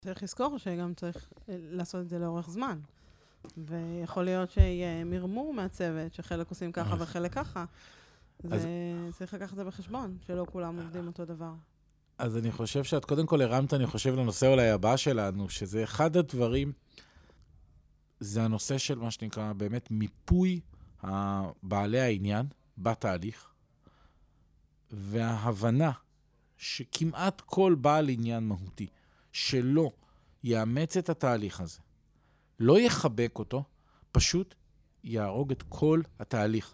צריך לזכור שגם צריך לעשות את זה לאורך זמן. ויכול להיות שיהיה מרמור מהצוות, שחלק עושים ככה וחלק ככה. צריך לקחת את זה בחשבון, שלא כולם עובדים אותו דבר. אז אני חושב שאת קודם כל הרמת, אני חושב לנושא אולי הבא שלנו, שזה אחד הדברים, זה הנושא של מה שנקרא באמת מיפוי בעלי העניין בתהליך, וההבנה שכמעט כל בעל עניין מהותי שלא יאמץ את התהליך הזה, לא יחבק אותו, פשוט יהרוג את כל התהליך.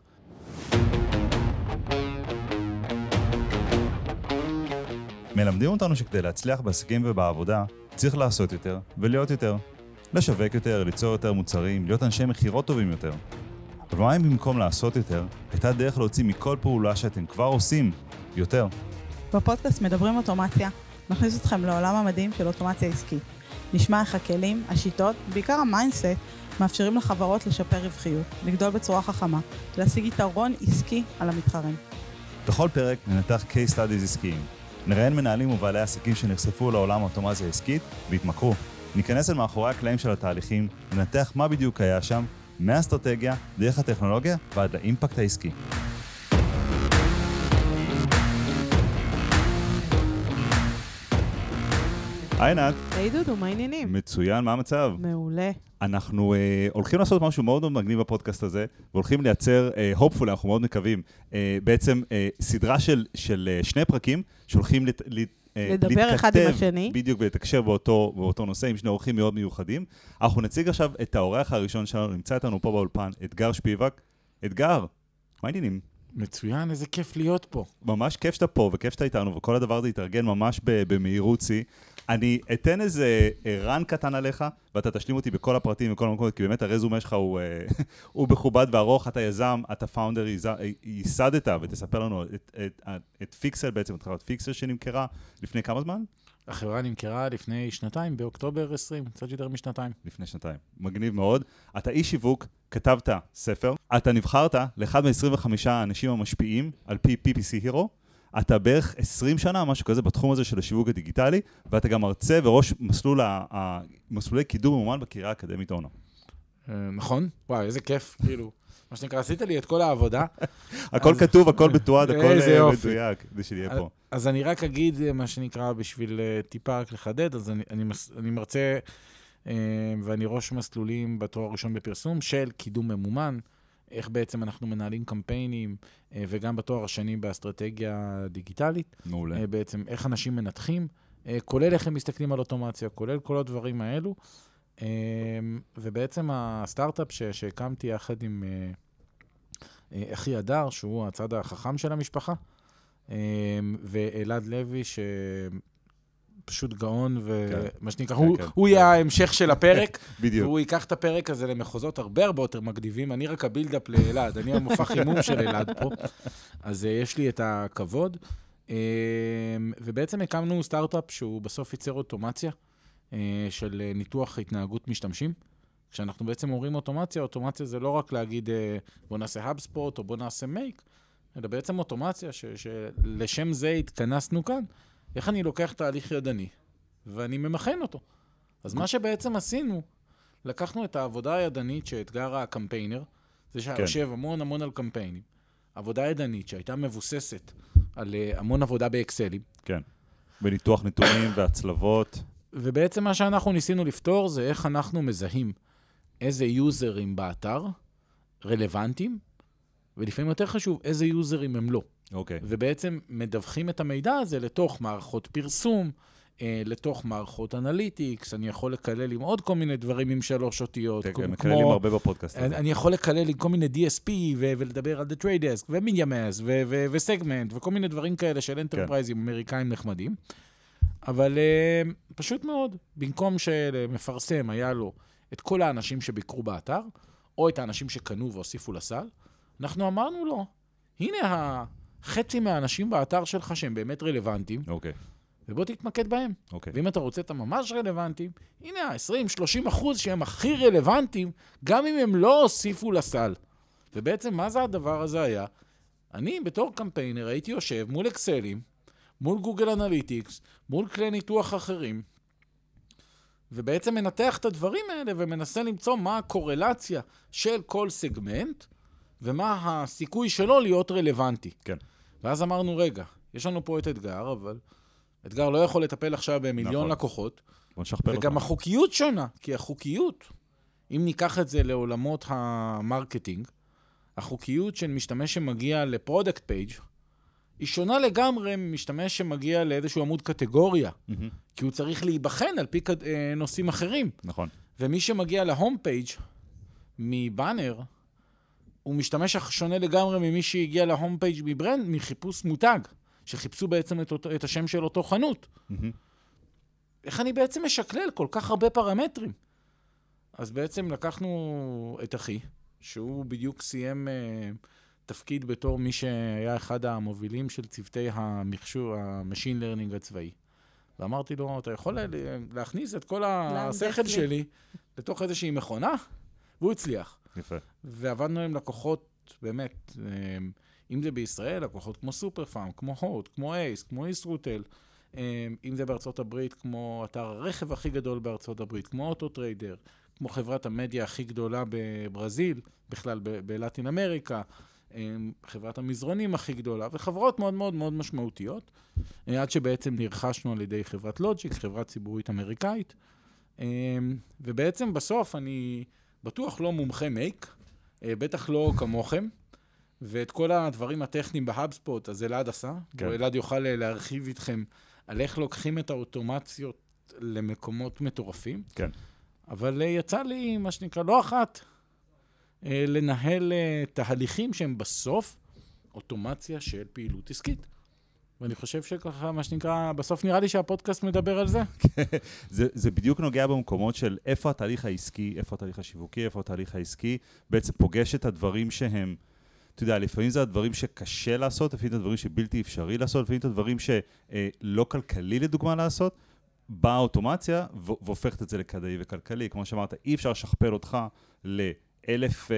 מלמדים אותנו שכדי להצליח בעסקים ובעבודה, צריך לעשות יותר ולהיות יותר. לשווק יותר, ליצור יותר מוצרים, להיות אנשי מחירות טובים יותר. אבל מה אם במקום לעשות יותר, הייתה דרך להוציא מכל פעולה שאתם כבר עושים יותר? בפודקאסט מדברים אוטומציה. נכניס אתכם לעולם המדהים של אוטומציה עסקית. נשמע איך הכלים, השיטות, בעיקר המיינדסט, מאפשרים לחברות לשפר רווחיות, לגדול בצורה חכמה, להשיג יתרון עסקי על המתחרים. בכל פרק ננתח case studies עסקיים. נראיין מנהלים ובעלי עסקים שנחשפו לעולם האוטומציה העסקית והתמכרו. ניכנס אל מאחורי הקלעים של התהליכים, ננתח מה בדיוק היה שם, מהאסטרטגיה, דרך הטכנולוגיה ועד לאימפקט העסקי. היי נת. היי דודו, מה העניינים? מצוין, מה המצב? מעולה. אנחנו הולכים לעשות משהו מאוד מאוד מגניב בפודקאסט הזה, והולכים לייצר, hopefully, אנחנו מאוד מקווים, בעצם סדרה של שני פרקים שהולכים לדבר אחד עם השני. בדיוק, ולתקשר באותו נושא עם שני אורחים מאוד מיוחדים. אנחנו נציג עכשיו את האורח הראשון שלנו, נמצא איתנו פה באולפן, אתגר שפיבק. אתגר, מה העניינים? מצוין, איזה כיף להיות פה. ממש כיף שאתה פה וכיף שאתה איתנו, וכל הדבר הזה יתארגן ממש במהירות שיא. אני אתן איזה רן קטן עליך, ואתה תשלים אותי בכל הפרטים וכל המקומות, כי באמת הרזומה שלך הוא מכובד וארוך, אתה יזם, אתה פאונדר, ייסדת, ותספר לנו את פיקסל בעצם, את חברת פיקסל שנמכרה לפני כמה זמן? החברה נמכרה לפני שנתיים, באוקטובר 20, קצת יותר משנתיים. לפני שנתיים, מגניב מאוד. אתה איש שיווק, כתבת ספר, אתה נבחרת לאחד מ-25 האנשים המשפיעים על פי PPC Hero, אתה בערך 20 שנה, משהו כזה, בתחום הזה של השיווק הדיגיטלי, ואתה גם מרצה וראש מסלולי קידום ממומן בקריה האקדמית אונו. נכון? וואי, איזה כיף, כאילו. מה שנקרא, עשית לי את כל העבודה. הכל כתוב, הכל בתועד, הכל מדויק, כדי שיהיה פה. אז אני רק אגיד מה שנקרא, בשביל טיפה רק לחדד, אז אני מרצה, ואני ראש מסלולים בתואר הראשון בפרסום של קידום ממומן, איך בעצם אנחנו מנהלים קמפיינים, וגם בתואר השני באסטרטגיה דיגיטלית. מעולה. בעצם איך אנשים מנתחים, כולל איך הם מסתכלים על אוטומציה, כולל כל הדברים האלו. ובעצם הסטארט-אפ שהקמתי יחד עם אחי אדר, שהוא הצד החכם של המשפחה, ואלעד לוי, שפשוט גאון, ומה שנקרא, הוא יהיה ההמשך של הפרק, והוא ייקח את הפרק הזה למחוזות הרבה יותר מגניבים. אני רק הבילדאפ לאלעד, אני המופע חימום של אלעד פה, אז יש לי את הכבוד. ובעצם הקמנו סטארט-אפ שהוא בסוף ייצר אוטומציה, של ניתוח התנהגות משתמשים. כשאנחנו בעצם אומרים אוטומציה, אוטומציה זה לא רק להגיד בוא נעשה HubSpot או בוא נעשה Make, אלא בעצם אוטומציה שלשם זה התכנסנו כאן. איך אני לוקח תהליך ידני ואני ממכן אותו. אז מה שבעצם עשינו, לקחנו את העבודה הידנית שאתגר הקמפיינר, זה שיושב המון על קמפיינים. עבודה ידנית שהייתה מבוססת על המון עבודה באקסלים. כן. בניתוח נתונים והצלבות. ובעצם מה שאנחנו ניסינו לפתור זה איך אנחנו מזהים איזה יוזרים באתר רלוונטיים, ולפעמים יותר חשוב איזה יוזרים הם לא. אוקיי. ובעצם מדווחים את המידע הזה לתוך מערכות פרסום, לתוך מערכות אנליטיקס, אני יכול לקלל עם עוד כל מיני דברים עם 3 אותיות. מקללים הרבה בפודקאסט הזה. אני יכול לקלל עם כל מיני DSP ולדבר על The Trade Desk ו-Media Mass ו-Segment וכל מיני דברים כאלה של אנטרפרייזים אמריקאים נחמדים. אבל פשוט מאוד, במקום שמפרסם היה לו את כל האנשים שביקרו באתר, או את האנשים שקנו והוסיפו לסל, אנחנו אמרנו לו, הנה החצי מהאנשים באתר שלך שהם באמת רלוונטיים, ובוא תתמקד בהם. ואם אתה רוצה את הממש רלוונטיים, הנה ה-20-30% שהם הכי רלוונטיים, גם אם הם לא הוסיפו לסל. ובעצם מה זה הדבר הזה היה? אני בתור קמפיינר הייתי יושב מול אקסלים, מול גוגל אנליטיקס, מול כלי ניתוח אחרים, ובעצם מנתח את הדברים האלה ומנסה למצוא מה הקורלציה של כל סגמנט, ומה הסיכוי שלו להיות רלוונטי. כן. ואז אמרנו, רגע, יש לנו פה את אתגר, אבל אתגר לא יכול לטפל עכשיו במיליון לקוחות, וגם החוקיות שונה, כי החוקיות, אם ניקח את זה לעולמות המרקטינג, החוקיות של משתמש שמגיע לפרודקט פייג' היא שונה לגמרי ממשתמש שמגיע לאיזשהו עמוד קטגוריה, כי הוא צריך להיבחן על פי נושאים אחרים. נכון. ומי שמגיע להום פייג' מבאנר, הוא משתמש שונה לגמרי ממי שהגיע להום פייג' מברנד, מחיפוש מותג, שחיפשו בעצם את השם של אותו חנות. איך אני בעצם משקלל כל כך הרבה פרמטרים? אז בעצם לקחנו את אחי, שהוא בדיוק סיים תפקיד בתור מי שהיה אחד המובילים של צוותי המחשוב, המשין לרנינג הצבאי. ואמרתי לו, אתה יכול להכניס את כל השכל שלי לתוך איזושהי מכונה? והוא הצליח. יפה. ועבדנו עם לקוחות, באמת, אם זה בישראל, לקוחות כמו סופרפארם, כמו הוט, כמו אייס, כמו ישרוטל, אם זה בארצות הברית, כמו אתר הרכב הכי גדול בארצות הברית, כמו אוטו טריידר, כמו חברת המדיה הכי גדולה בברזיל, בכלל בלטין אמריקה, חברת המזרונים הכי גדולה, וחברות מאוד מאוד מאוד משמעותיות, עד שבעצם נרכשנו על ידי חברת לוג'יק, חברה ציבורית אמריקאית, ובעצם בסוף אני בטוח לא מומחה מייק, בטח לא כמוכם, ואת כל הדברים הטכניים בהאבספוט, אז אלעד עשה, כן. ואלעד יוכל להרחיב איתכם על איך לוקחים את האוטומציות למקומות מטורפים. כן. אבל יצא לי, מה שנקרא, לא אחת, לנהל תהליכים שהם בסוף אוטומציה של פעילות עסקית. ואני חושב שככה, מה שנקרא, בסוף נראה לי שהפודקאסט מדבר על זה. זה בדיוק נוגע במקומות של איפה התהליך העסקי, איפה התהליך השיווקי, איפה התהליך העסקי, בעצם פוגש את הדברים שהם, אתה יודע, לפעמים זה הדברים שקשה לעשות, לפעמים זה הדברים שבלתי אפשרי לעשות, לפעמים זה הדברים שלא כלכלי לדוגמה לעשות, באה האוטומציה והופכת את זה לכדאי וכלכלי. כמו שאמרת, אי אפשר לשכפל אותך ל1,000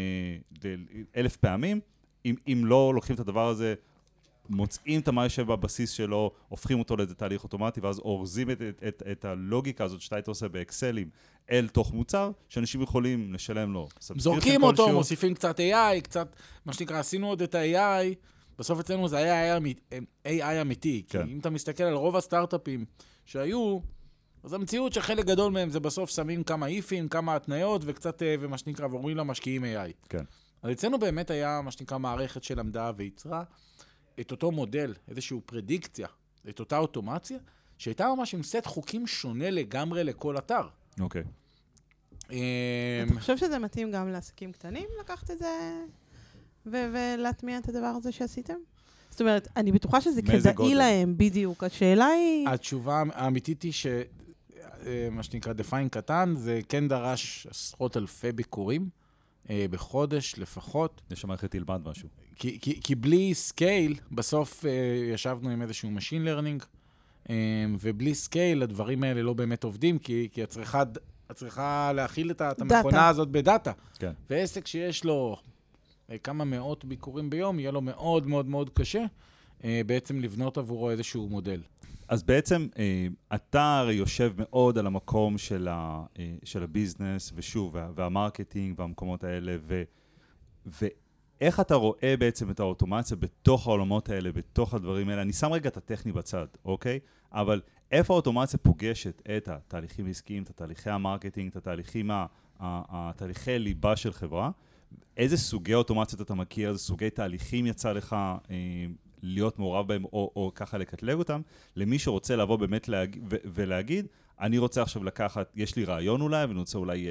פעמים, אם לא לוקחים את הדבר הזה, מוצאים את מה יושב בבסיס שלו, הופכים אותו לאיזה תהליך אוטומטי, ואז אורזים את הלוגיקה הזאת שאתה עושה באקסלים אל תוך מוצר, שאנשים יכולים לשלם לו. זורקים אותו, מוסיפים קצת AI, קצת, מה שנקרא, עשינו עוד את ה-AI, בסוף אצלנו זה היה AI אמיתי, כי אם אתה מסתכל על רוב הסטארט-אפים שהיו, אז המציאות שחלק גדול מהם זה בסוף שמים כמה איפים, כמה התניות, וקצת, ומה שנקרא, ואומרים למשקיעים AI. כן. אז אצלנו באמת היה, מה שנקרא, מערכת שלמדה ויצרה, את אותו מודל, איזשהו פרדיקציה, את אותה אוטומציה, שהייתה ממש עם סט חוקים שונה לגמרי לכל אתר. אוקיי. אתה חושב שזה מתאים גם לעסקים קטנים, לקחת את זה ולהטמיע את הדבר הזה שעשיתם? זאת אומרת, אני בטוחה שזה כדאי להם בדיוק. השאלה היא... התשובה האמיתית היא מה שנקרא דפיין קטן, זה כן דרש עשרות אלפי ביקורים בחודש לפחות. יש המערכת תלמד משהו. כי בלי סקייל, בסוף ישבנו עם איזשהו משין לרנינג, ובלי סקייל הדברים האלה לא באמת עובדים, כי את צריכה להכיל את המכונה הזאת בדאטה. כן. ועסק שיש לו כמה מאות ביקורים ביום, יהיה לו מאוד מאוד מאוד קשה בעצם לבנות עבורו איזשהו מודל. אז בעצם אתה הרי יושב מאוד על המקום של הביזנס, ושוב, והמרקטינג והמקומות האלה, ואיך אתה רואה בעצם את האוטומציה בתוך העולמות האלה, בתוך הדברים האלה? אני שם רגע את הטכני בצד, אוקיי? אבל איפה האוטומציה פוגשת את התהליכים העסקיים, את התהליכי המרקטינג, את התהליכי ליבה של חברה? איזה סוגי אוטומציות אתה מכיר, איזה סוגי תהליכים יצא לך להיות מעורב בהם, או ככה לקטלג אותם, למי שרוצה לבוא באמת ולהגיד, אני רוצה עכשיו לקחת, יש לי רעיון אולי, ואני רוצה אולי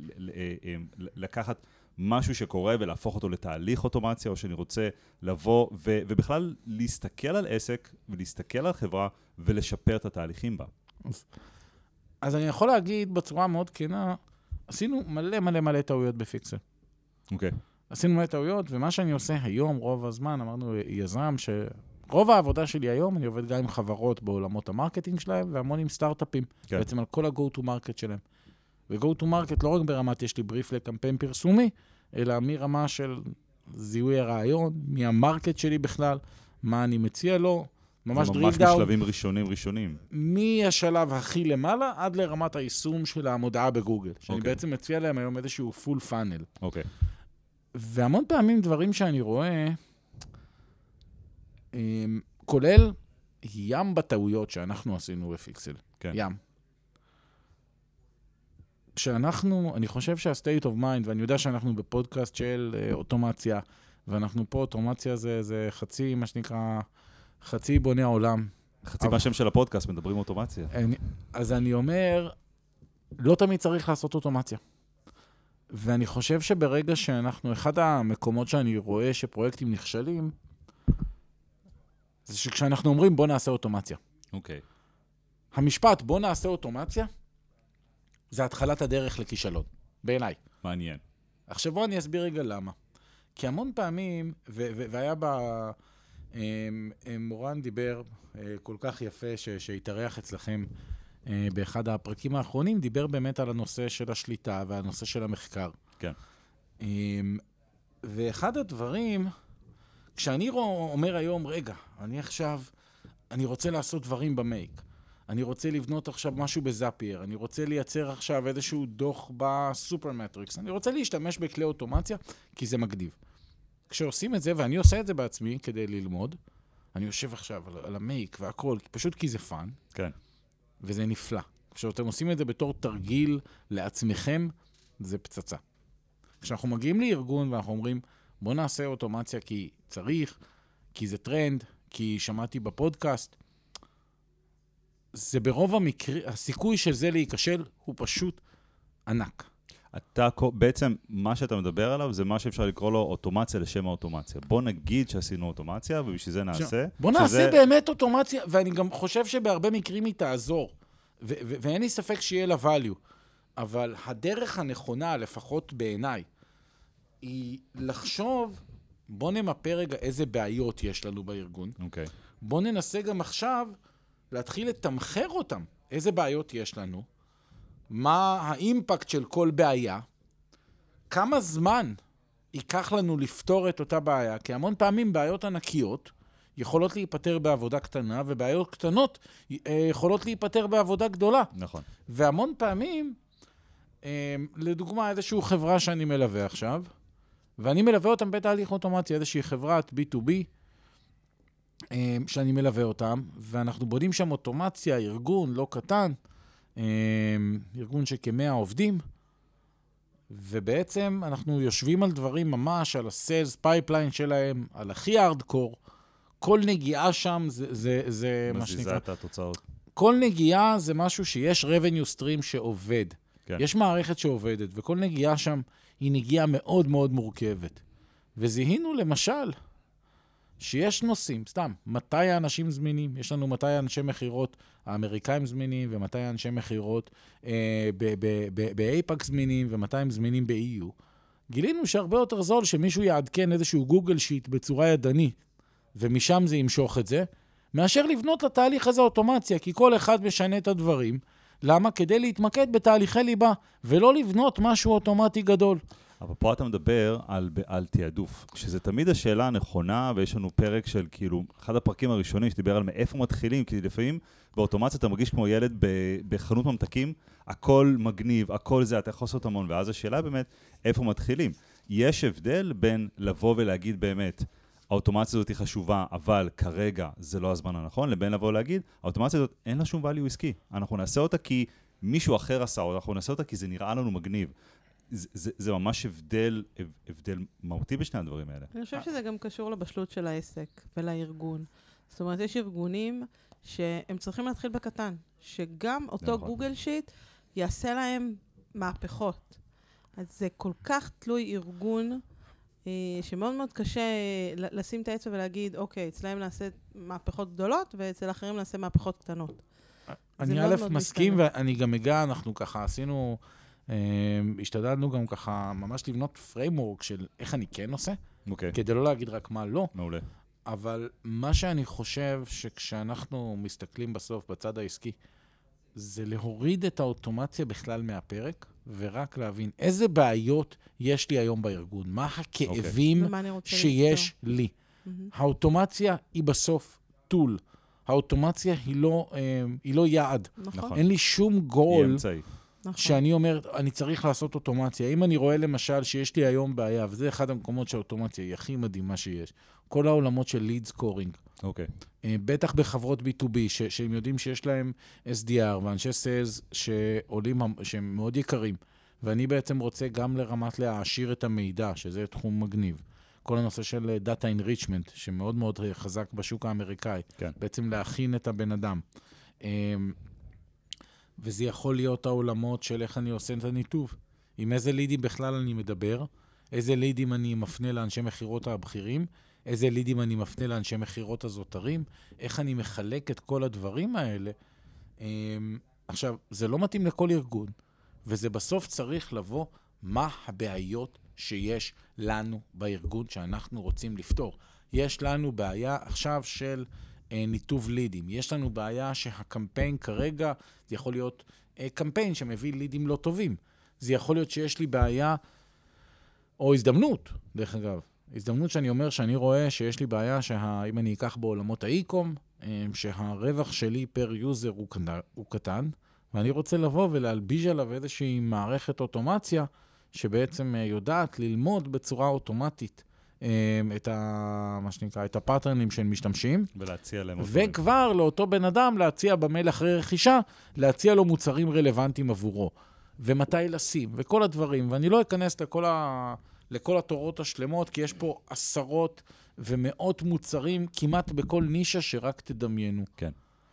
לקחת משהו שקורה ולהפוך אותו לתהליך אוטומציה, או שאני רוצה לבוא ובכלל להסתכל על עסק, ולהסתכל על חברה, ולשפר את התהליכים בה. אז אני יכול להגיד בצורה מאוד כנה, עשינו מלא מלא מלא טעויות בפיקסל. אוקיי. עשינו מלא טעויות, ומה שאני עושה היום, רוב הזמן, אמרנו יזם, שרוב העבודה שלי היום, אני עובד גם עם חברות בעולמות המרקטינג שלהם, והמון עם סטארט-אפים, כן. בעצם על כל ה-go-to-market שלהם. ו-go-to-market לא רק ברמת יש לי בריף לקמפיין פרסומי, אלא מרמה של זיהוי הרעיון, מהמרקט שלי בכלל, מה אני מציע לו, ממש drill down. ממש בשלבים ראשונים. מהשלב הכי למעלה עד לרמת היישום של המודעה בגוגל. שאני בעצם מציע להם היום איזשהו full funnel. אוקיי. והמון פעמים דברים שאני רואה, כולל ים בטעויות שאנחנו עשינו בפיקסל. כן. ים. כשאנחנו, אני חושב שה-state of mind, ואני יודע שאנחנו בפודקאסט של אוטומציה, ואנחנו פה, אוטומציה זה חצי, מה שנקרא, חצי בוני העולם. חצי מהשם של הפודקאסט, מדברים אוטומציה. אז אני אומר, לא תמיד צריך לעשות אוטומציה. ואני חושב שברגע שאנחנו, אחד המקומות שאני רואה שפרויקטים נכשלים, זה שכשאנחנו אומרים בוא נעשה אוטומציה. אוקיי. המשפט בוא נעשה אוטומציה, זה התחלת הדרך לכישלון, בעיניי. מעניין. עכשיו בוא אני אסביר רגע למה. כי המון פעמים, והיה מורן דיבר כל כך יפה שהתארח אצלכם באחד הפרקים האחרונים, דיבר באמת על הנושא של השליטה והנושא של המחקר. כן. ואחד הדברים, כשאני אומר היום, רגע, אני רוצה לעשות דברים במייק, אני רוצה לבנות עכשיו משהו בזאפייר, אני רוצה לייצר עכשיו איזשהו דוח בסופרמטריקס, אני רוצה להשתמש בכלי אוטומציה, כי זה מגניב. כשעושים את זה, ואני עושה את זה בעצמי כדי ללמוד, אני יושב עכשיו על המייק והכל, פשוט כי זה פאן. כן. וזה נפלא. כשאתם עושים את זה בתור תרגיל לעצמכם, זה פצצה. כשאנחנו מגיעים לארגון ואנחנו אומרים, בוא נעשה אוטומציה כי צריך, כי זה טרנד, כי שמעתי בפודקאסט, זה ברוב המקרים, הסיכוי של זה להיכשל הוא פשוט ענק. בעצם מה שאתה מדבר עליו זה מה שאפשר לקרוא לו אוטומציה לשם האוטומציה. בוא נגיד שעשינו אוטומציה ובשביל זה נעשה. בוא נעשה באמת אוטומציה, ואני גם חושב שבהרבה מקרים היא תעזור, ואין לי ספק שיהיה לה value, אבל הדרך הנכונה, לפחות בעיניי, היא לחשוב, בוא נמפה רגע איזה בעיות יש לנו בארגון. אוקיי. בוא ננסה גם עכשיו להתחיל לתמחר אותם. איזה בעיות יש לנו? מה האימפקט של כל בעיה? כמה זמן ייקח לנו לפתור את אותה בעיה? כי המון פעמים בעיות ענקיות יכולות להיפטר בעבודה קטנה, ובעיות קטנות יכולות להיפטר בעבודה גדולה. נכון. והמון פעמים, לדוגמה, איזושהי חברה שאני מלווה עכשיו, ואני מלווה אותם בתהליך אוטומציה, איזושהי חברת B2B, שאני מלווה אותם, ואנחנו בונים שם אוטומציה, ארגון לא קטן, ארגון שכ100 עובדים, ובעצם אנחנו יושבים על דברים ממש, על הסיילס פייפליין שלהם, על הכי הארדקור, כל נגיעה שם זה מה שנקרא. מזיזה את התוצאות. כל נגיעה זה משהו שיש revenue stream שעובד. כן. יש מערכת שעובדת, וכל נגיעה שם היא נגיעה מאוד מאוד מורכבת. וזיהינו למשל, שיש נושאים, סתם, מתי האנשים זמינים? יש לנו מתי אנשי מחירות האמריקאים זמינים, ומתי אנשי מחירות באייפאק זמינים, ומתי הם זמינים ב-EU. גילינו שהרבה יותר זול שמישהו יעדכן איזשהו גוגל שיט בצורה ידנית, ומשם זה ימשוך את זה, מאשר לבנות לתהליך הזה אוטומציה, כי כל אחד משנה את הדברים. למה? כדי להתמקד בתהליכי ליבה, ולא לבנות משהו אוטומטי גדול. אבל פה אתה מדבר על תיעדוף, שזה תמיד השאלה הנכונה, ויש לנו פרק של כאילו, אחד הפרקים הראשונים שדיבר על מאיפה מתחילים, כי לפעמים באוטומציה אתה מרגיש כמו ילד בחנות ממתקים, הכל מגניב, הכל זה, אתה יכול לעשות המון, ואז השאלה באמת, איפה מתחילים? יש הבדל בין לבוא ולהגיד באמת, האוטומציה הזאת היא חשובה, אבל כרגע זה לא הזמן הנכון, לבין לבוא ולהגיד, האוטומציה הזאת אין לה שום value עסקי. אנחנו נעשה אותה כי מישהו אחר עשה אותה, אנחנו נעשה אותה כי זה נראה לנו מגניב. זה ממש הבדל מהותי בשני הדברים האלה. אני חושב שזה גם קשור לבשלות של העסק ולארגון. זאת אומרת, יש ארגונים שהם צריכים להתחיל בקטן, שגם אותו גוגל שיט יעשה להם מהפכות. אז זה כל כך תלוי ארגון, שמאוד מאוד קשה לשים את האצבע ולהגיד, אוקיי, אצלהם נעשה מהפכות גדולות, ואצל אחרים נעשה מהפכות קטנות. אני א' מסכים, ואני גם אגע, אנחנו ככה עשינו, השתדלנו גם ככה ממש לבנות פריימורק של איך אני כן עושה, כדי לא להגיד רק מה לא. מעולה. אבל מה שאני חושב שכשאנחנו מסתכלים בסוף בצד העסקי, זה להוריד את האוטומציה בכלל מהפרק, ורק להבין איזה בעיות יש לי היום בארגון, מה הכאבים שיש לי. האוטומציה היא בסוף טול. האוטומציה היא לא יעד. נכון. אין לי שום גול נכון. שאני אומר, אני צריך לעשות אוטומציה. אם אני רואה למשל שיש לי היום בעיה, וזה אחד המקומות שהאוטומציה היא הכי מדהימה שיש, כל העולמות של ליד סקורינג. אוקיי. בטח בחברות B2B, שהם יודעים שיש להם SDR ואנשי סיילס שעולים, שהם מאוד יקרים. ואני בעצם רוצה גם לרמת להעשיר את המידע, שזה תחום מגניב. כל הנושא של Data Enrichment, שמאוד מאוד חזק בשוק האמריקאי. כן. בעצם להכין את הבן אדם. וזה יכול להיות העולמות של איך אני עושה את הניתוב. עם איזה לידים בכלל אני מדבר, איזה לידים אני מפנה לאנשי מחירות הבכירים, איזה לידים אני מפנה לאנשי מחירות הזוטרים, איך אני מחלק את כל הדברים האלה. עכשיו, זה לא מתאים לכל ארגון, וזה בסוף צריך לבוא מה הבעיות שיש לנו בארגון שאנחנו רוצים לפתור. יש לנו בעיה עכשיו של ניתוב לידים. יש לנו בעיה שהקמפיין כרגע, זה יכול להיות קמפיין שמביא לידים לא טובים. זה יכול להיות שיש לי בעיה, או הזדמנות, דרך אגב. הזדמנות שאני אומר שאני רואה שיש לי בעיה אם אני אקח בעולמות האי-קום, שהרווח שלי פר יוזר הוא קטן, ואני רוצה לבוא ולהלביש עליו איזושהי מערכת אוטומציה, שבעצם יודעת ללמוד בצורה אוטומטית מה שנקרא, את הפאטרנים של משתמשים. ולהציע להם. וכבר לאותו בן אדם להציע במייל אחרי רכישה, להציע לו מוצרים רלוונטיים עבורו. ומתי לשים, וכל הדברים. ואני לא אכנס לכל התורות השלמות, כי יש פה עשרות ומאות מוצרים כמעט בכל נישה שרק תדמיינו. כן.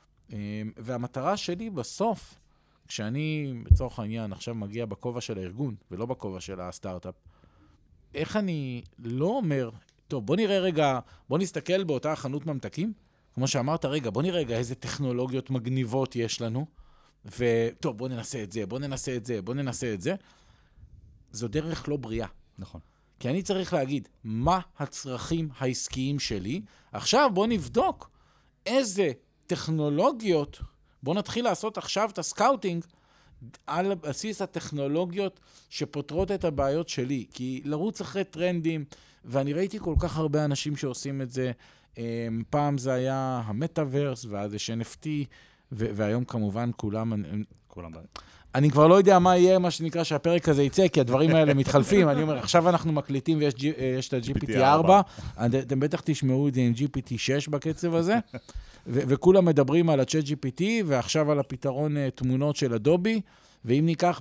והמטרה שלי בסוף, כשאני, בצורך העניין, עכשיו מגיע בכובע של הארגון, ולא בכובע של הסטארט-אפ, איך אני לא אומר, טוב, בוא נראה רגע, בוא נסתכל באותה חנות ממתקים, כמו שאמרת, רגע, בוא נראה רגע איזה טכנולוגיות מגניבות יש לנו, וטוב, בוא ננסה את זה, בוא ננסה את זה, בוא ננסה את זה. זו דרך לא בריאה. נכון. כי אני צריך להגיד, מה הצרכים העסקיים שלי? עכשיו בוא נבדוק איזה טכנולוגיות, בוא נתחיל לעשות עכשיו את הסקאוטינג, על בסיס הטכנולוגיות שפותרות את הבעיות שלי. כי לרוץ אחרי טרנדים, ואני ראיתי כל כך הרבה אנשים שעושים את זה, פעם זה היה המטאברס, ואז יש NFT, והיום כמובן כולם בעיה. אני כבר לא יודע מה יהיה, מה שנקרא, שהפרק הזה יצא, כי הדברים האלה מתחלפים. אני אומר, עכשיו אנחנו מקליטים ויש את ה-GPT-4, אתם בטח תשמעו את זה עם GPT-6 בקצב הזה, וכולם מדברים על ה-ChatGPT, ועכשיו על הפתרון תמונות של אדובי, ואם ניקח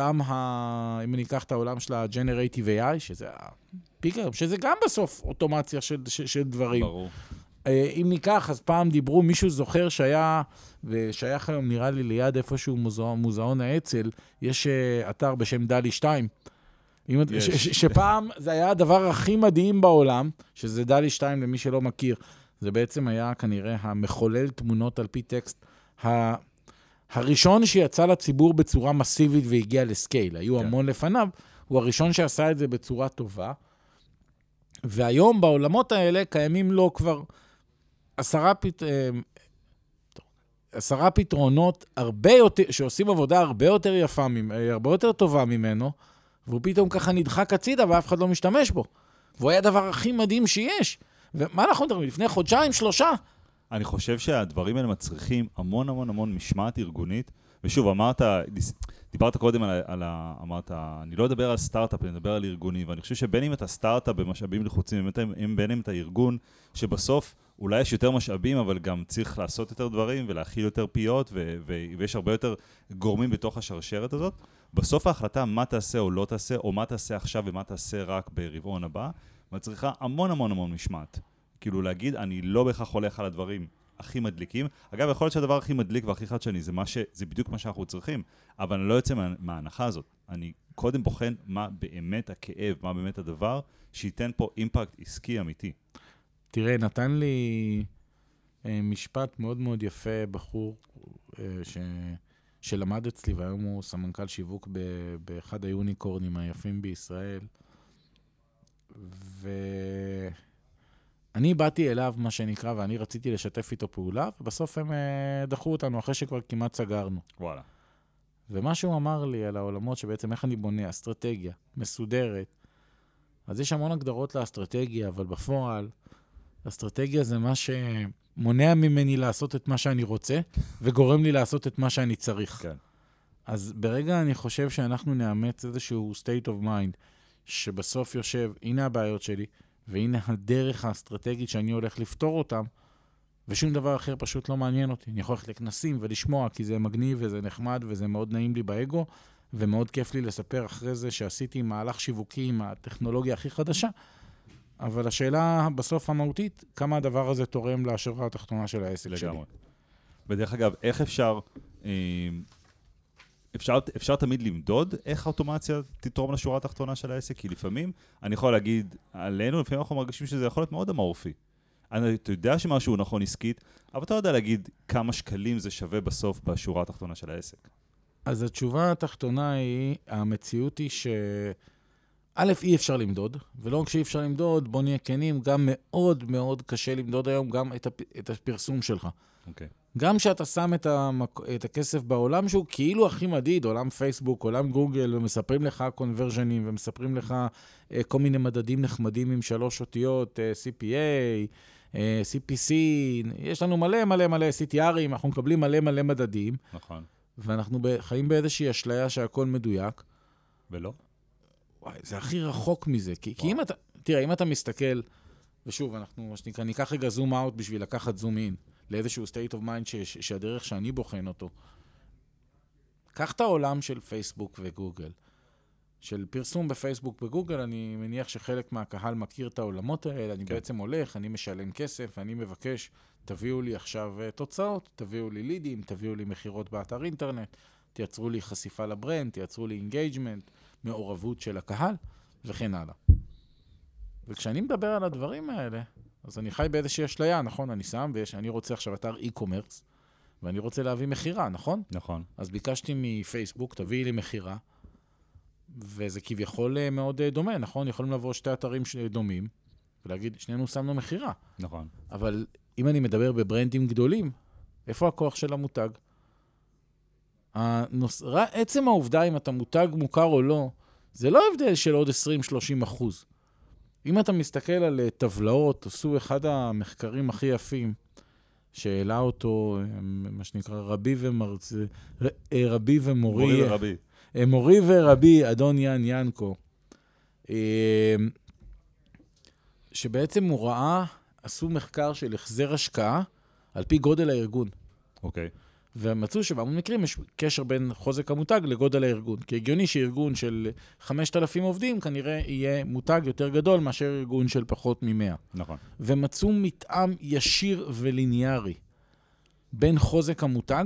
את העולם של ה-Generative AI, שזה הפיקר, שזה גם בסוף אוטומציה של דברים. ברור. אם ניקח, אז פעם דיברו, מישהו זוכר ושייך היום נראה לי ליד איפשהו מוזיאון האצ"ל, יש אתר בשם דלי 2, שפעם זה היה הדבר הכי מדהים בעולם, שזה דלי 2 למי שלא מכיר, זה בעצם היה כנראה המחולל תמונות על פי טקסט, הראשון שיצא לציבור בצורה מסיבית והגיע לסקייל, היו המון לפניו, הוא הראשון שעשה את זה בצורה טובה, והיום בעולמות האלה קיימים לו כבר 10 פתרונות הרבה יותר, שעושים עבודה הרבה יותר יפה, הרבה יותר טובה ממנו, והוא פתאום ככה נדחק הצידה ואף אחד לא משתמש בו. והוא היה הדבר הכי מדהים שיש. ומה אנחנו מדברים? לפני חודשיים, 3. אני חושב שהדברים האלה מצריכים המון המון המון משמעת ארגונית, ושוב, דיברת קודם אמרת, אני לא אדבר על סטארט-אפ, אני אדבר על ארגונים, ואני חושב שבין אם אתה סטארט-אפ במשאבים לחוצים, בין אם אתה ארגון, שבסוף אולי יש יותר משאבים, אבל גם צריך לעשות יותר דברים, ולהכיל יותר פיות, ויש הרבה יותר גורמים בתוך השרשרת הזאת. בסוף ההחלטה מה תעשה או לא תעשה, או מה תעשה עכשיו ומה תעשה רק ברבעון הבא, מצריכה המון המון המון משמעת. כאילו להגיד, אני לא בהכרח הולך על הדברים הכי מדליקים. אגב, יכול להיות שהדבר הכי מדליק והכי חדשני, זה בדיוק מה שאנחנו צריכים, אבל אני לא יוצא מההנחה הזאת. אני קודם בוחן מה באמת הכאב, מה באמת הדבר, שייתן פה אימפקט עסקי אמיתי. תראה, נתן לי משפט מאוד מאוד יפה, בחור שלמד אצלי, והיום הוא סמנכ"ל שיווק באחד היוניקורנים היפים בישראל, אני באתי אליו, מה שנקרא, ואני רציתי לשתף איתו פעולה, ובסוף הם דחו אותנו אחרי שכבר כמעט סגרנו. וואלה. ומה שהוא אמר לי על העולמות שבעצם איך אני בונה, אסטרטגיה, מסודרת, אז יש המון הגדרות לאסטרטגיה, אבל בפועל, אסטרטגיה זה מה שמונע ממני לעשות את מה שאני רוצה, וגורם לי לעשות את מה שאני צריך. כן. אז ברגע אני חושב שאנחנו נאמץ איזשהו state of mind, שבסוף יושב, הנה הבעיות שלי, והנה הדרך האסטרטגית שאני הולך לפתור אותם, ושום דבר אחר פשוט לא מעניין אותי. אני יכול ללכת לכנסים ולשמוע, כי זה מגניב וזה נחמד וזה מאוד נעים לי באגו, ומאוד כיף לי לספר אחרי זה שעשיתי מהלך שיווקי עם הטכנולוגיה הכי חדשה, אבל השאלה בסוף המהותית, כמה הדבר הזה תורם להשורה התחתונה של העסק שלי. בדרך אגב, איך אפשר תמיד למדוד איך האוטומציה תתרום לשורה התחתונה של העסק? כי לפעמים, אני יכול להגיד עלינו, לפעמים אנחנו מרגישים שזה יכול להיות מאוד אמורפי. אתה יודע שמשהו נכון עסקית, אבל אתה יודע להגיד כמה שקלים זה שווה בסוף בשורה התחתונה של העסק. אז התשובה התחתונה היא, המציאות היא א', אי אפשר למדוד, ולא רק שאי אפשר למדוד, בוא נהיה כנים, גם מאוד מאוד קשה למדוד היום גם את הפרסום שלך. אוקיי. גם שאתה שם את הכסף בעולם שהוא כאילו הכי מדיד, עולם פייסבוק, עולם גוגל, ומספרים לך קונברז'נים, ומספרים לך כל מיני מדדים נחמדים עם 3 אותיות, CPA, CPC, יש לנו מלא CTR'ים, אנחנו מקבלים מלא מדדים. נכון. ואנחנו חיים באיזושהי אשליה שהכל מדויק. ולא? וואי, זה הכי רחוק מזה. כי אם אתה, תראה, אם אתה מסתכל, ושוב, אנחנו, מה שנקרא, ניקח רגע זום אאוט בשביל לקחת זום אין, לאיזשהו state of mind שהדרך שאני בוחן אותו. קח את העולם של פייסבוק וגוגל. של פרסום בפייסבוק וגוגל, אני מניח שחלק מהקהל מכיר את העולמות האלה, אני בעצם הולך, אני משלם כסף, אני מבקש, תביאו לי עכשיו תוצאות, תביאו לי לידים, תביאו לי מחירות באתר אינטרנט, תייצרו לי חשיפה לברנד, תייצרו לי אינגייג'מנט, מעורבות של הקהל, וכן הלאה. וכשאני מדבר על הדברים האלה, אז אני חי באיזושהי אשליה, נכון? אני שם, ואני רוצה עכשיו אתר e-commerce, ואני רוצה להביא מחירה, נכון? נכון. אז ביקשתי מפייסבוק, תביאי לי מחירה, וזה כביכול מאוד דומה, נכון? יכולים לבוא 2 אתרים דומים, ולהגיד, שנינו שמנו מחירה. נכון. אבל אם אני מדבר בברנדים גדולים, איפה הכוח של המותג? עצם העובדה אם אתה מותג מוכר או לא, זה לא הבדל של עוד 20-30%. אם אתה מסתכל על טבלאות, עשו אחד המחקרים הכי יפים, שהעלה אותו, מה שנקרא, רבי ומורי, מורי ורבי, אדון ינקו, שבעצם הוא ראה, עשו מחקר של החזר השקעה על פי גודל הארגון. אוקיי. ומצאו שבהמון מקרים יש קשר בין חוזק המותג לגודל הארגון. כי הגיוני שארגון של 5,000 עובדים כנראה יהיה מותג יותר גדול מאשר ארגון של פחות מ-100. נכון. ומצאו מתאם ישיר וליניארי בין חוזק המותג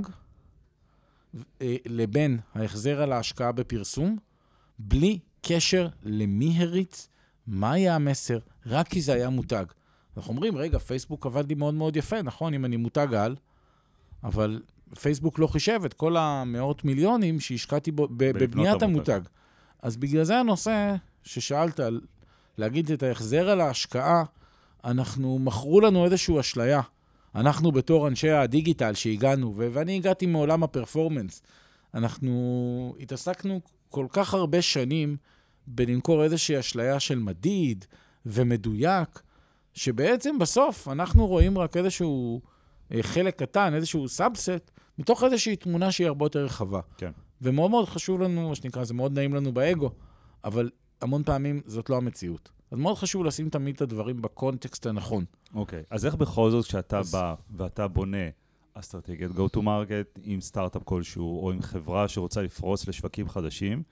לבין ההחזר על ההשקעה בפרסום, בלי קשר למי הריץ, מה היה המסר, רק כי זה היה מותג. אנחנו אומרים, רגע, פייסבוק עבד לי מאוד מאוד יפה, נכון, אם אני מותג על, אבל פייסבוק לא חישב את כל המאות מיליונים שהשקעתי בבניית המותג. אז בגלל זה הנושא ששאלת, להגיד את ההחזר על ההשקעה, אנחנו מכרו לנו איזושהי אשליה. אנחנו בתור אנשי הדיגיטל שהגענו, ואני הגעתי מעולם הפרפורמנס, אנחנו התעסקנו כל כך הרבה שנים בלמכור איזושהי אשליה של מדיד ומדויק, שבעצם בסוף אנחנו רואים רק איזשהו חלק קטן, איזשהו סאבסט, מתוך איזושהי תמונה שהיא הרבה יותר רחבה. כן. ומאוד מאוד חשוב לנו, מה שנקרא, זה מאוד נעים לנו באגו, אבל המון פעמים זאת לא המציאות. אז מאוד חשוב לשים תמיד את הדברים בקונטקסט הנכון. אוקיי, אז איך בכל זאת כשאתה בא ואתה בונה אסטרטגיית go to market עם סטארט-אפ כלשהו, או עם חברה שרוצה לפרוץ לשווקים חדשים,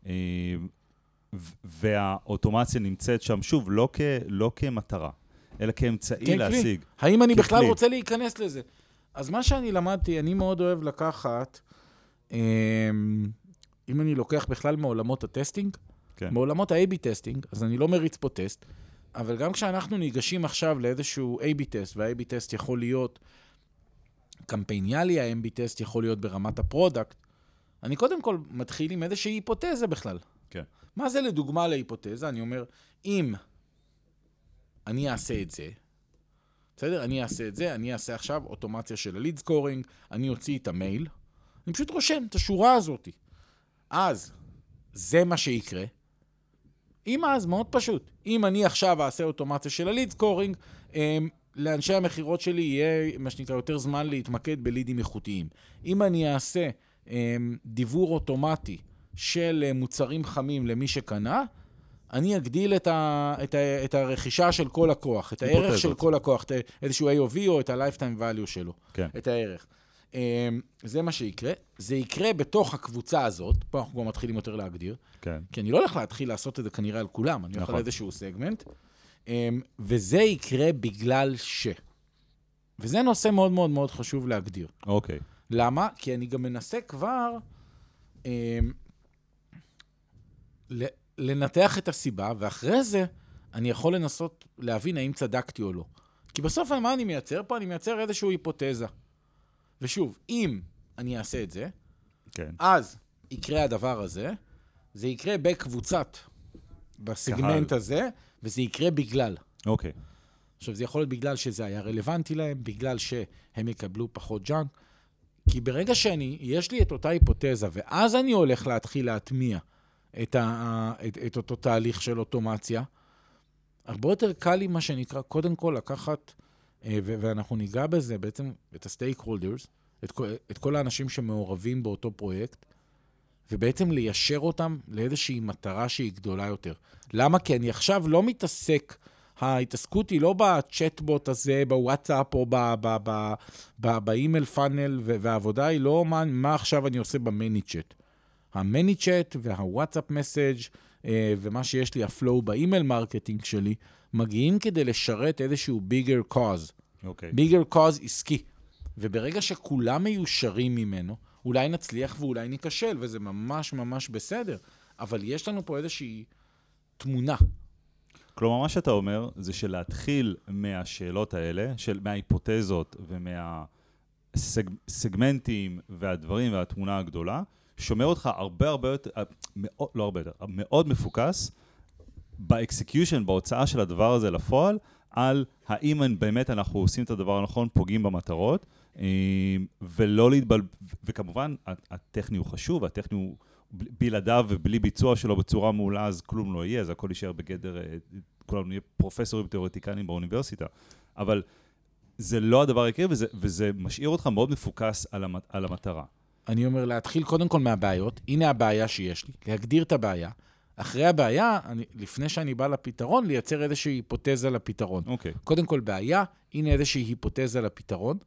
והאוטומציה נמצאת שם, שוב, לא כמטרה, אלא כאמצעי להשיג. האם אני בכלל רוצה להיכנס לזה? אז מה שאני למדתי, אני מאוד אוהב לקחת, אם אני לוקח בכלל מעולמות הטסטינג, מעולמות ה-AB טסטינג, אז אני לא מריץ פה טסט, אבל גם כשאנחנו ניגשים עכשיו לאיזשהו AB טסט, וה-AB טסט יכול להיות קמפייניאלי, ה-AB טסט יכול להיות ברמת הפרודקט, אני קודם כל מתחיל עם איזושהי היפותזה בכלל. כן. מה זה לדוגמה להיפותזה? אני אומר, אם אני אעשה את זה, בסדר? אני אעשה את זה, אני אעשה עכשיו אוטומציה של הליד סקורינג, אני אוציא את המייל, אני פשוט רושם את השורה הזאת. אז זה מה שיקרה. אם אז, מאוד פשוט. אם אני עכשיו אעשה אוטומציה של הליד סקורינג, לאנשי המחירות שלי יהיה, מה שנקרא, יותר זמן להתמקד בלידים איכותיים. אם אני אעשה דיוור אוטומטי של מוצרים חמים למי שקנה, אני אגדיל את הרכישה של כל לקוח, את הערך של כל לקוח, איזשהו AOV או את ה-lifetime value שלו, את הערך. זה מה שיקרה. זה יקרה בתוך הקבוצה הזאת, פה אנחנו כבר מתחילים יותר להגדיר, כי אני לא הולך להתחיל לעשות את זה כנראה על כולם, אני הולך על איזשהו סגמנט, וזה יקרה בגלל וזה נושא מאוד מאוד מאוד חשוב להגדיר. אוקיי. למה? כי אני גם מנסה כבר לנתח את הסיבה, ואחרי זה אני יכול לנסות להבין האם צדקתי או לא. כי בסוף מה אני מייצר פה? אני מייצר איזושהי היפותזה. ושוב, אם אני אעשה את זה, אז יקרה הדבר הזה, זה יקרה בקבוצת, בסגמנט הזה, וזה יקרה בגלל. אוקיי. עכשיו, זה יכול להיות בגלל שזה היה רלוונטי להם, בגלל שהם יקבלו פחות ג'אנק, כי ברגע יש לי את אותה היפותזה, ואז אני הולך להתחיל להטמיע את אותו תהליך של אוטומציה, הרבה יותר קל לי מה שנקרא, קודם כל לקחת, ואנחנו ניגע בזה בעצם, את הסטייק הולדרס, את כל האנשים שמעורבים באותו פרויקט, ובעצם ליישר אותם לאיזושהי מטרה שהיא גדולה יותר. למה? כי אני עכשיו לא מתעסק, ההתעסקות היא לא בצ'טבוט הזה, בוואטסאפ או באימייל פאנל, והעבודה היא לא מה עכשיו אני עושה במני צ'אט. המני צ'אט והוואטסאפ מסאג' ומה שיש לי, הפלואו באימייל מרקטינג שלי, מגיעים כדי לשרת איזשהו bigger cause. bigger cause עסקי. וברגע שכולם מיושרים ממנו, אולי נצליח ואולי ניכשל, וזה ממש ממש בסדר. אבל יש לנו פה איזושהי תמונה. כלומר, מה שאתה אומר, זה שלהתחיל מהשאלות האלה, מההיפותזות ומהסגמנטים והדברים והתמונה הגדולה, שומר אותך הרבה יותר, לא הרבה יותר, מאוד מפוקס באקסקיושן, בהוצאה של הדבר הזה לפועל, על האם באמת אנחנו עושים את הדבר הנכון, פוגעים במטרות, ולא להתבל... וכמובן, הטכני הוא חשוב, הטכני הוא בלעדיו ובלי ביצוע שלו בצורה מעולה, אז כלום לא יהיה, אז הכל יישאר בגדר, כולנו נהיה פרופסורים תיאורטיקנים באוניברסיטה. אבל זה לא הדבר העיקרי, וזה משאיר אותך מאוד מפוקס על המטרה. אני אומר, להתחיל קודם כל מהבעיות, הנה הבעיה שיש לי, להגדיר את הבעיה, אחרי הבעיה, לפני שאני בא לפתרון, לייצר איזושהי היפותזה לפתרון. קודם כל בעיה, הנה איזושהי היפותזה לפתרון.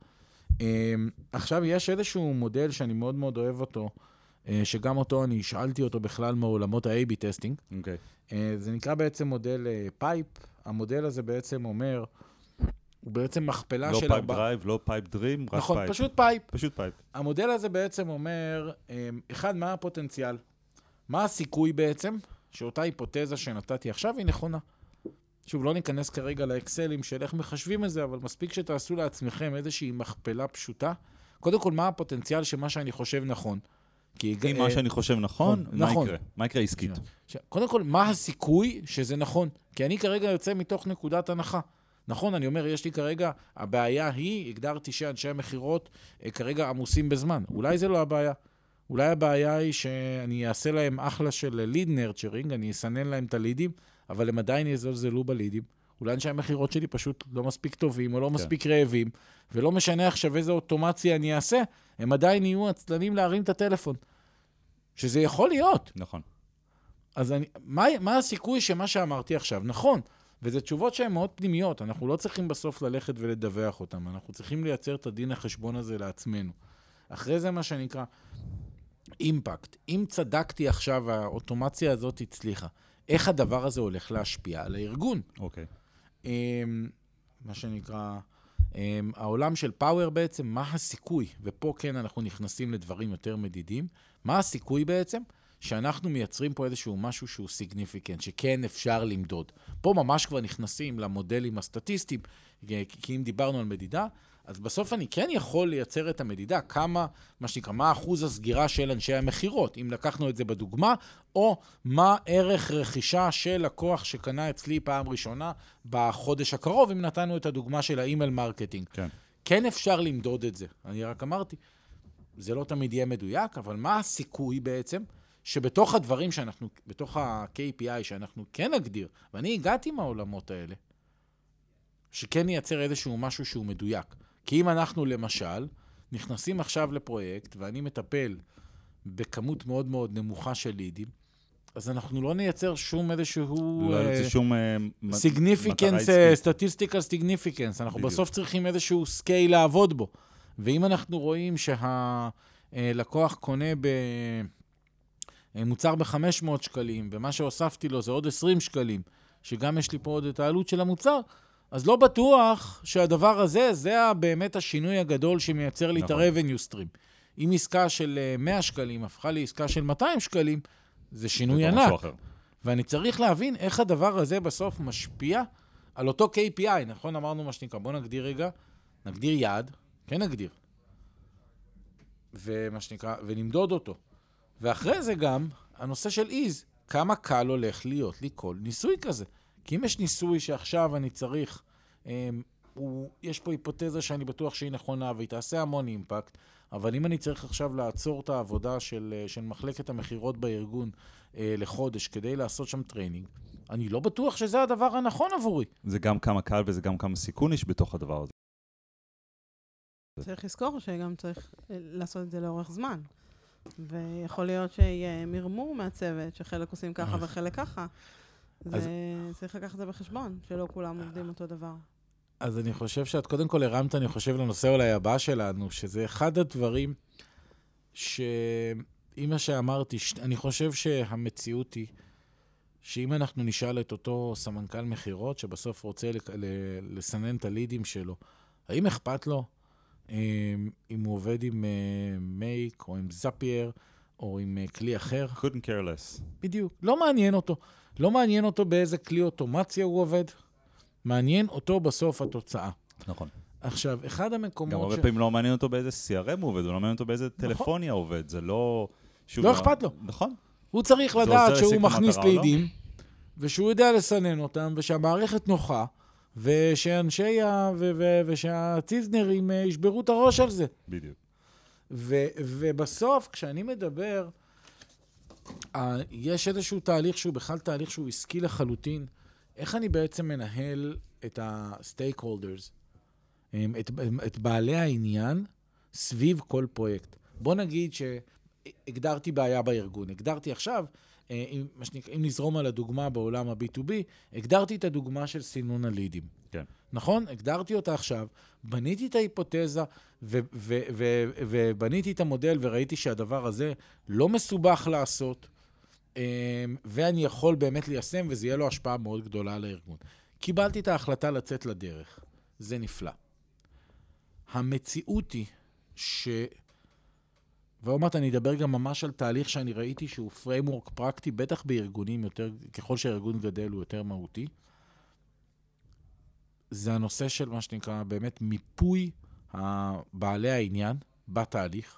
עכשיו יש איזשהו מודל שאני מאוד מאוד אוהב אותו, שגם אותו אני שאלתי אותו בכלל מעולמות ה-AB טסטינג. זה נקרא בעצם מודל פייפ. המודל הזה בעצם אומר, הוא בעצם מכפלה של... לא פייפ דרייב, לא פייפ דרים, רק פייפ. נכון, פשוט פייפ. פשוט פייפ. המודל הזה בעצם אומר, אחד, מה הפוטנציאל? מה הסיכוי בעצם שאותה היפותזה שנתתי עכשיו היא נכונה? שוב, לא ניכנס כרגע לאקסלים של איך מחשבים את זה, אבל מספיק שתעשו לעצמכם איזושהי מכפלה פשוטה. קודם כל, מה הפוטנציאל שמה שאני חושב נכון? אם מה שאני חושב נכון, מה יקרה? מה יקרה עסקית? קודם כל, מה הסיכוי שזה נכון? כי אני כרגע יוצא מתוך נקודת הנחה. נכון, אני אומר, יש לי כרגע, הבעיה היא, הגדרתי שאנשי המחירות כרגע עמוסים בזמן. אולי זה לא הבעיה. אולי הבעיה היא שאני אעשה להם אחלה של ליד נרצ'רינג, אני אסנן להם את הלידים, אבל הם עדיין יזלזלו בלידים. אולי אנשי המחירות שלי פשוט לא מספיק טובים, או לא מספיק רעבים, ולא משנה עכשיו איזו אוטומציה אני אעשה, הם עדיין יהיו עצלנים להרים את הטלפון. שזה יכול להיות. נכון. אז מה הסיכוי שמה שאמרתי עכשיו? נכון. וזה תשובות שהן מאוד פנימיות. אנחנו לא צריכים בסוף ללכת ולדווח אותם. אנחנו צריכים לייצר את הדין החשבון הזה לעצמנו. אחרי זה מה שנקרא אימפקט. אם צדקתי עכשיו, האוטומציה הזאת הצליחה. איך הדבר הזה הולך להשפיע על הארגון? אוקיי. מה שנקרא, העולם של פאוור בעצם, מה הסיכוי? ופה כן אנחנו נכנסים לדברים יותר מדידים. מה הסיכוי בעצם? שאנחנו מייצרים פה איזשהו משהו שהוא סיגניפיקנט, שכן אפשר למדוד. פה ממש כבר נכנסים למודלים הסטטיסטיים, כי אם דיברנו על מדידה, אז בסוף אני כן יכול לייצר את המדידה, כמה, מה שנקרא, מה אחוז הסגירה של אנשי המחירות, אם לקחנו את זה בדוגמה, או מה ערך רכישה של לקוח שקנה אצלי פעם ראשונה בחודש הקרוב, אם נתנו את הדוגמה של האימייל מרקטינג. כן. כן אפשר למדוד את זה. אני רק אמרתי, זה לא תמיד יהיה מדויק, אבל מה הסיכוי בעצם שבתוך הדברים שאנחנו, בתוך ה-KPI שאנחנו כן נגדיר, ואני הגעתי מהעולמות האלה, שכן ייצר איזשהו משהו שהוא מדויק. כי אם אנחנו למשל נכנסים עכשיו לפרויקט, ואני מטפל בכמות מאוד מאוד נמוכה של לידים, אז אנחנו לא נייצר שום איזשהו... לא נייצר שום... significance, statistical significance. אנחנו בסוף צריכים איזשהו scale לעבוד בו. ואם אנחנו רואים שהלקוח קונה במוצר ב-500 שקלים, ומה שהוספתי לו זה עוד 20 שקלים, שגם יש לי פה עוד את העלות של המוצר, אז לא בטוח שהדבר הזה, זה באמת השינוי הגדול שמייצר לי את ה-revenue stream. אם עסקה של 100 שקלים הפכה לעסקה של 200 שקלים, זה שינוי ענק. ואני צריך להבין איך הדבר הזה בסוף משפיע על אותו KPI. נכון? אמרנו מה שנקרא, בוא נגדיר רגע, נגדיר יעד, כן נגדיר. ומה שנקרא, ונמדוד אותו. ואחרי זה גם, הנושא של איז, כמה קל הולך להיות לי כל ניסוי כזה. כי אם יש ניסוי שעכשיו אני צריך, יש פה היפותזה שאני בטוח שהיא נכונה, והיא תעשה המון אימפקט, אבל אם אני צריך עכשיו לעצור את העבודה של מחלקת המחירות בארגון לחודש כדי לעשות שם טריינינג, אני לא בטוח שזה הדבר הנכון עבורי. זה גם כמה קל וזה גם כמה סיכון יש בתוך הדבר הזה. צריך לזכור שגם צריך לעשות את זה לאורך זמן. ויכול להיות שיהיה מרמור מהצוות, שחלק עושים ככה וחלק ככה. צריך לקחת את זה בחשבון, שלא כולם עובדים אותו דבר. אז אני חושב שאת קודם כל הרמת, אני חושב לנושא אולי הבא שלנו, שזה אחד הדברים שאמא שאמרתי, אני חושב שהמציאות היא, שאם אנחנו נשאל את אותו סמנכ"ל מחירות, שבסוף רוצה לסנן את הלידים שלו, האם אכפת לו אם הוא עובד עם מייק או עם זאפייר או עם כלי אחר? couldn't care less. בדיוק. לא מעניין אותו. לא מעניין אותו באיזה כלי אוטומציה הוא עובד. מעניין אותו בסוף התוצאה. נכון. עכשיו, אחד המקומות... גם הרבה פעמים לא מעניין אותו באיזה CRM הוא עובד, הוא לא מעניין אותו באיזה טלפוניה עובד. זה לא... לא אכפת לו. נכון. הוא צריך לדעת שהוא מכניס לידים, ושהוא יודע לסנן אותם, ושהמערכת נוחה, ושאנשי ושהציזנרים ישברו את הראש על זה. בדיוק. ובסוף, כשאני מדבר, יש איזשהו תהליך שהוא בכלל תהליך שהוא עסקי לחלוטין, איך אני בעצם מנהל את ה-stakeholders, את בעלי העניין, סביב כל פרויקט. בוא נגיד שהגדרתי בעיה בארגון, הגדרתי עכשיו, אם נזרום על הדוגמה בעולם ה-B2B, הגדרתי את הדוגמה של סינון הלידים. כן. נכון? הגדרתי אותה עכשיו, בניתי את ההיפותזה, ובניתי את המודל, וראיתי שהדבר הזה לא מסובך לעשות, ואני יכול באמת ליישם, וזה יהיה לו השפעה מאוד גדולה על הארגון. קיבלתי את ההחלטה לצאת לדרך. זה נפלא. המציאות היא ואומרת, אני אדבר גם ממש על תהליך שאני ראיתי שהוא פריימוורק פרקטי, בטח בארגונים יותר, ככל שהארגון גדל הוא יותר מהותי. זה הנושא של מה שנקרא באמת מיפוי בעלי העניין בתהליך,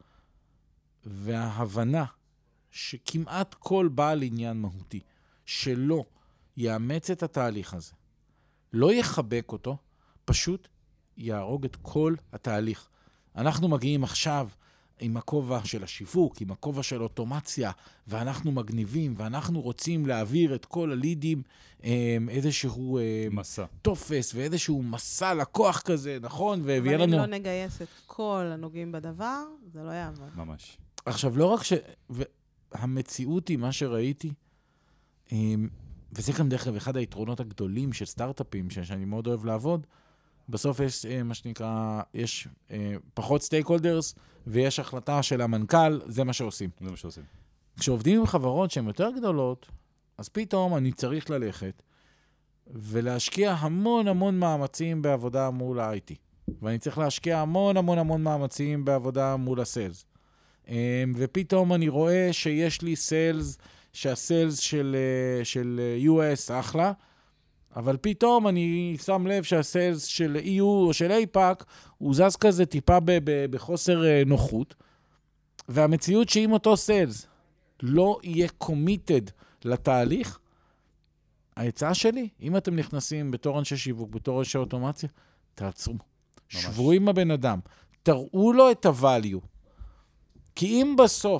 וההבנה שכמעט כל בעל עניין מהותי שלא יאמץ את התהליך הזה, לא יחבק אותו, פשוט יהרוג את כל התהליך. אנחנו מגיעים עכשיו עם הכובע של השיווק, עם הכובע של אוטומציה, ואנחנו מגניבים, ואנחנו רוצים להעביר את כל הלידים איזשהו מסע. תופס, ואיזשהו מסע לקוח כזה, נכון? אבל אם לא נגייס את כל הנוגעים בדבר, זה לא יעבוד. ממש. עכשיו, לא רק המציאות היא מה שראיתי, וזה גם דרך כלל אחד היתרונות הגדולים של סטארט-אפים, שאני מאוד אוהב לעבוד, בסוף יש מה שנקרא, יש פחות סטייקהולדרס, ויש החלטה של המנכ"ל, זה מה שעושים. זה מה שעושים. כשעובדים עם חברות שהן יותר גדולות, אז פתאום אני צריך ללכת, ולהשקיע המון המון מאמצים בעבודה מול ה-IT. ואני צריך להשקיע המון המון המון מאמצים בעבודה מול הסיילס. ופתאום אני רואה שיש לי סיילס, שהסיילס של US אחלה, אבל פתאום אני שם לב שהסיילס של EU או של APAC, הוא זז כזה טיפה בחוסר נוחות, והמציאות שאם אותו סיילס לא יהיה קומיטד לתהליך, ההצעה שלי, אם אתם נכנסים בתור אנשי שיווק, בתור אנשי אוטומציה, תעצרו. שבו עם הבן אדם, תראו לו את ה-value. כי אם בסוף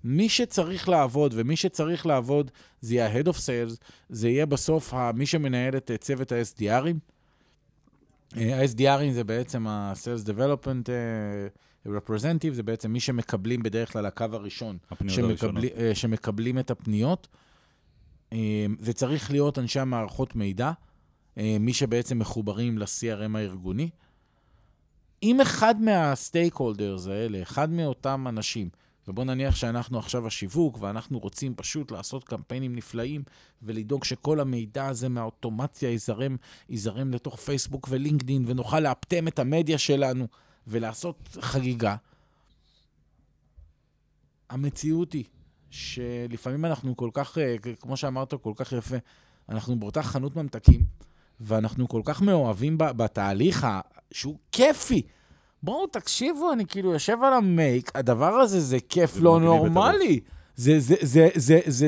מי שצריך לעבוד, ומי שצריך לעבוד זה יהיה ה-Head of Sales, זה יהיה בסוף מי שמנהל את צוות ה-SDRים. ה-SDRים זה בעצם ה-Sales Development Representative, זה בעצם מי שמקבלים בדרך כלל הקו הראשון, שמקבלים את הפניות. זה צריך להיות אנשי המערכות מידע, מי שבעצם מחוברים ל-CRM הארגוני. אם אחד מה-stakeholders האלה, אחד מאותם אנשים, ובוא נניח שאנחנו עכשיו השיווק, ואנחנו רוצים פשוט לעשות קמפיינים נפלאים, ולדאוג שכל המידע הזה מהאוטומציה ייזרם לתוך פייסבוק ולינקדין, ונוכל לאפטם את המדיה שלנו, ולעשות חגיגה. המציאות היא שלפעמים אנחנו כל כך, כמו שאמרת, כל כך יפה, אנחנו באותה חנות ממתקים, ואנחנו כל כך מאוהבים בתהליך שהוא כיפי. בואו תקשיבו, אני כאילו יושב על המייק, הדבר הזה זה כיף לא נורמלי. זה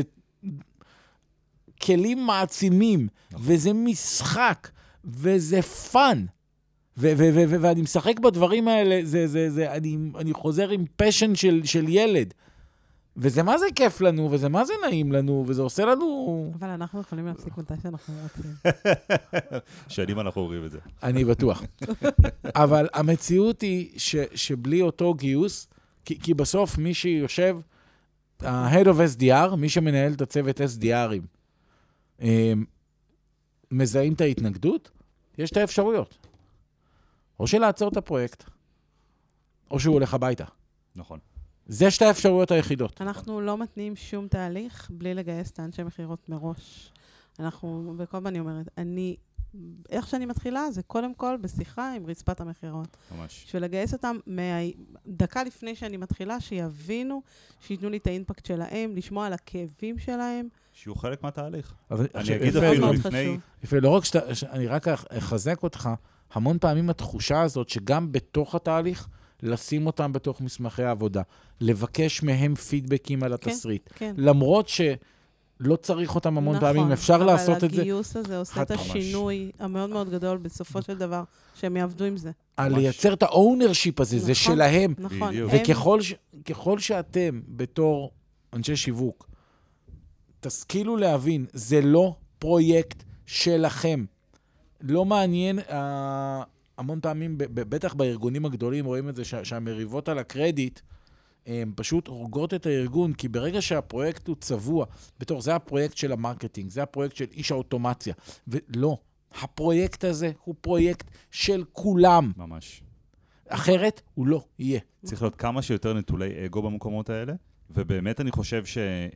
כלים מעצימים, וזה משחק, וזה פן. ואני משחק בדברים האלה, אני חוזר עם פשן של ילד. וזה מה זה כיף לנו, וזה מה זה נעים לנו, וזה עושה לנו... אבל אנחנו יכולים להפסיק מתי שאנחנו רוצים. שנים אנחנו אומרים את זה. אני בטוח. אבל המציאות היא שבלי אותו גיוס, כי בסוף מי שיושב, ה-Head of SDR, מי שמנהל את הצוות SDRים, מזהים את ההתנגדות, יש את האפשרויות. או שלעצור את הפרויקט, או שהוא הולך הביתה. נכון. זה שתי האפשרויות היחידות. אנחנו לא מתניעים שום תהליך בלי לגייס את האנשי מחירות מראש. אנחנו, בכל פעם אני אומרת, איך שאני מתחילה, זה קודם כל בשיחה עם רצפת המחירות. ממש. בשביל לגייס אותם דקה לפני שאני מתחילה, שיבינו, שיתנו לי את האינפקט שלהם, לשמוע על הכאבים שלהם. שיהיו חלק מהתהליך. אני אגיד אפילו לפני... לא רק אני רק אחזק אותך, המון פעמים התחושה הזאת שגם בתוך התהליך, לשים אותם בתוך מסמכי העבודה, לבקש מהם פידבקים על התסריט. כן. למרות שלא צריך אותם המון פעמים, אפשר לעשות את זה. אבל הגיוס הזה עושה את השינוי המאוד מאוד גדול בסופו של דבר, שהם יעבדו עם זה. על לייצר את האונרשיפ הזה, זה שלהם. נכון. וככל שאתם, בתור אנשי שיווק, תשכילו להבין, זה לא פרויקט שלכם. לא מעניין... המון פעמים, בטח בארגונים הגדולים, רואים את זה שהמריבות על הקרדיט, הם פשוט הורגות את הארגון, כי ברגע שהפרויקט הוא צבוע, בתור זה הפרויקט של המרקטינג, זה הפרויקט של איש האוטומציה, ולא, הפרויקט הזה הוא פרויקט של כולם. ממש. אחרת הוא לא יהיה. צריך להיות כמה שיותר נטולי אגו במקומות האלה, ובאמת אני חושב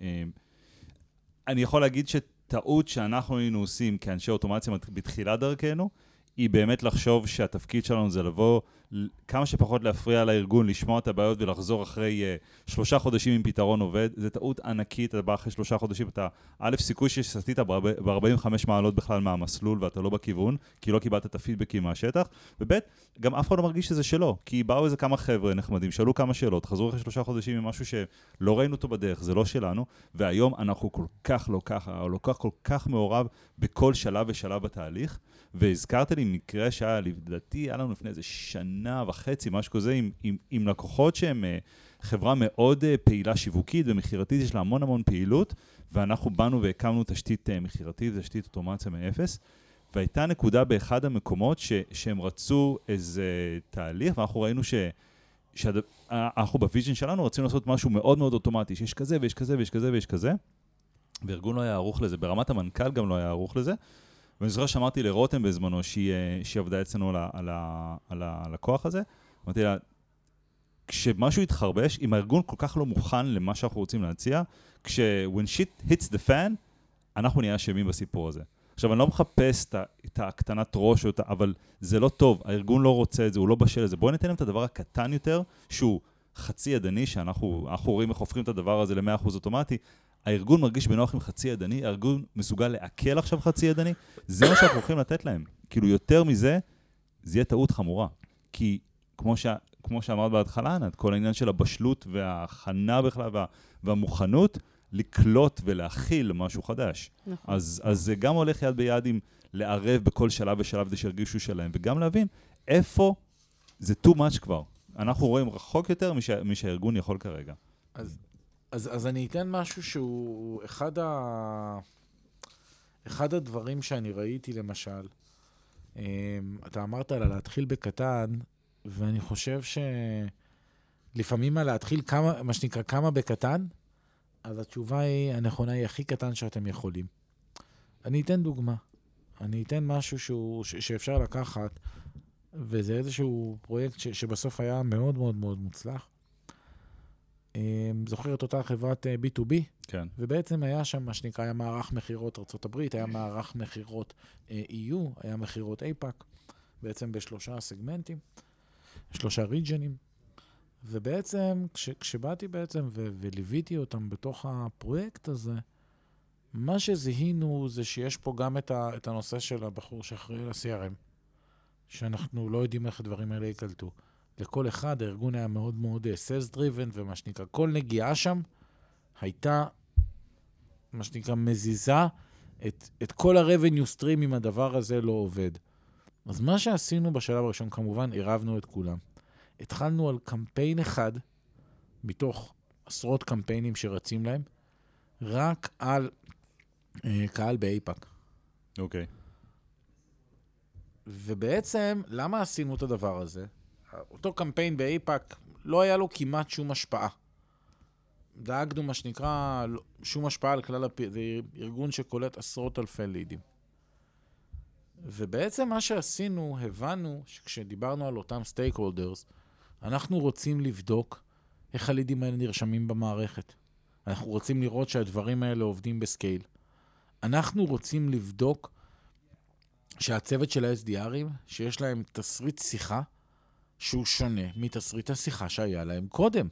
אני יכול להגיד שטעות שאנחנו היינו עושים כאנשי אוטומציה בתחילת דרכנו, היא באמת לחשוב שהתפקיד שלנו זה לבוא כמה שפחות להפריע לארגון, לשמוע את הבעיות ולחזור אחרי 3 חודשים עם פתרון עובד. זה טעות ענקית, אתה בא אחרי 3 חודשים, אתה סיכוי שסטית ב-45 מעלות בכלל מהמסלול ואתה לא בכיוון, כי לא קיבלת את הפידבקים מהשטח, גם אף אחד לא מרגיש שזה שלו, כי באו איזה כמה חבר'ה נחמדים, שאלו כמה שאלות, חזרו אחרי 3 חודשים עם משהו שלא ראינו אותו בדרך, זה לא שלנו, והיום אנחנו כל כך מעורב בכל שלב ושלב בתהליך, והזכרת לי מקרה שהיה, לדעתי, היה לנו לפני איזה 1.5 שנה, משהו כזה, עם לקוחות שהם חברה מאוד פעילה שיווקית ומחירתית, יש לה המון פעילות, ואנחנו באנו והקמנו תשתית מחירתית, תשתית אוטומציה מאפס, והייתה נקודה באחד המקומות שהם רצו איזה תהליך, ואנחנו ראינו שאנחנו בוויז'ן שלנו רצינו לעשות משהו מאוד מאוד אוטומטי, שיש כזה ויש כזה ויש כזה ויש כזה, וארגון לא היה ערוך לזה, ברמת המנכ"ל גם לא היה ערוך לזה, ואני זוכר שאמרתי לרותם בזמנו שהיא עבדה אצלנו על הלקוח הזה, אמרתי לה, כשמשהו יתחרבש, אם הארגון כל כך לא מוכן למה שאנחנו רוצים להציע, when shit hits the fan, אנחנו נהיה אשמים בסיפור הזה. עכשיו, אני לא מחפש את הקטנת ראש, אבל זה לא טוב, הארגון לא רוצה את זה, הוא לא בשל את זה. בואו ניתן להם את הדבר הקטן יותר, שהוא חצי ידני, שאנחנו רואים איך הופכים את הדבר הזה ל-100% אוטומטי, הארגון מרגיש בנוח עם חצי ידני, הארגון מסוגל לעכל עכשיו חצי ידני, זה מה שאנחנו הולכים לתת להם. כאילו יותר מזה, זה יהיה טעות חמורה. כי כמו שאמרת בהתחלה, ענת, כל העניין של הבשלות וההכנה בכלל והמוכנות, לקלוט ולהכיל משהו חדש. נכון. אז זה גם הולך יד ביד עם לערב בכל שלב ושלב כדי שירגישו שלהם, וגם להבין איפה זה too much כבר. אנחנו רואים רחוק יותר משהארגון יכול כרגע. אז אז אני אתן משהו שהוא אחד הדברים שאני ראיתי למשל. אתה אמרת לה להתחיל בקטן, ואני חושב שלפעמים להתחיל מה שנקרא כמה בקטן, אז התשובה הנכונה היא הכי קטן שאתם יכולים. אני אתן דוגמה. אני אתן משהו שאפשר לקחת, וזה איזשהו פרויקט שבסוף היה מאוד מאוד מאוד מוצלח. זוכר את אותה חברת B2B, כן. ובעצם היה שם מה שנקרא, היה מערך מחירות ארצות הברית, היה מערך מחירות EU, היה מחירות APAC, בעצם בשלושה סגמנטים, 3 ריג'נים, ובעצם כשבאתי בעצם וליוויתי אותם בתוך הפרויקט הזה, מה שזיהינו זה שיש פה גם את הנושא של הבחור שאחראי ל-CRM, שאנחנו לא יודעים איך הדברים האלה יקלטו. לכל אחד, הארגון היה מאוד מאוד sales driven, ומה שנקרא, כל נגיעה שם הייתה, מה שנקרא, מזיזה את כל ה-revenue stream אם הדבר הזה לא עובד. אז מה שעשינו בשלב הראשון, כמובן, עירבנו את כולם. התחלנו על קמפיין אחד, מתוך עשרות קמפיינים שרצים להם, רק על קהל באיפאק. אוקיי. ובעצם, למה עשינו את הדבר הזה? אותו קמפיין באיפאק לא היה לו כמעט שום השפעה. דאגנו מה שנקרא שום השפעה על כלל זה ארגון שקולט עשרות אלפי לידים. ובעצם מה שעשינו, הבנו שכשדיברנו על אותם סטייקהולדרס, אנחנו רוצים לבדוק איך הלידים האלה נרשמים במערכת. אנחנו רוצים לראות שהדברים האלה עובדים בסקייל. אנחנו רוצים לבדוק שהצוות של ה-SDRים, שיש להם תסריט שיחה, שהוא שונה מתסריט השיחה שהיה להם קודם.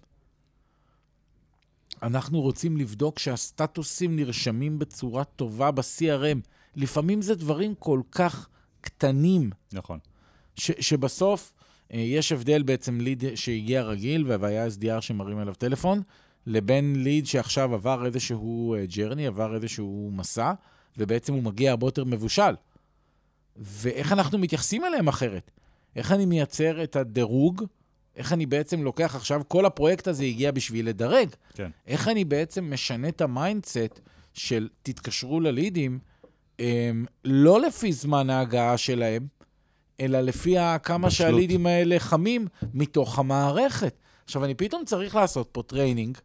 אנחנו רוצים לבדוק שהסטטוסים נרשמים בצורה טובה ב-CRM. לפעמים זה דברים כל כך קטנים. נכון. שבסוף יש הבדל בעצם ליד שהגיע רגיל, והיה SDR שמרים עליו טלפון, לבין ליד שעכשיו עבר איזשהו ג'רני, עבר איזשהו מסע, ובעצם הוא מגיע הרבה יותר מבושל. ואיך אנחנו מתייחסים אליהם אחרת? איך אני מייצר את הדירוג? איך אני בעצם לוקח עכשיו, כל הפרויקט הזה הגיע בשביל לדרג. כן. איך אני בעצם משנה את המיינדסט של תתקשרו ללידים, לא לפי זמן ההגעה שלהם, אלא לפי כמה שהלידים האלה חמים מתוך המערכת. עכשיו, אני פתאום צריך לעשות פה טריינינג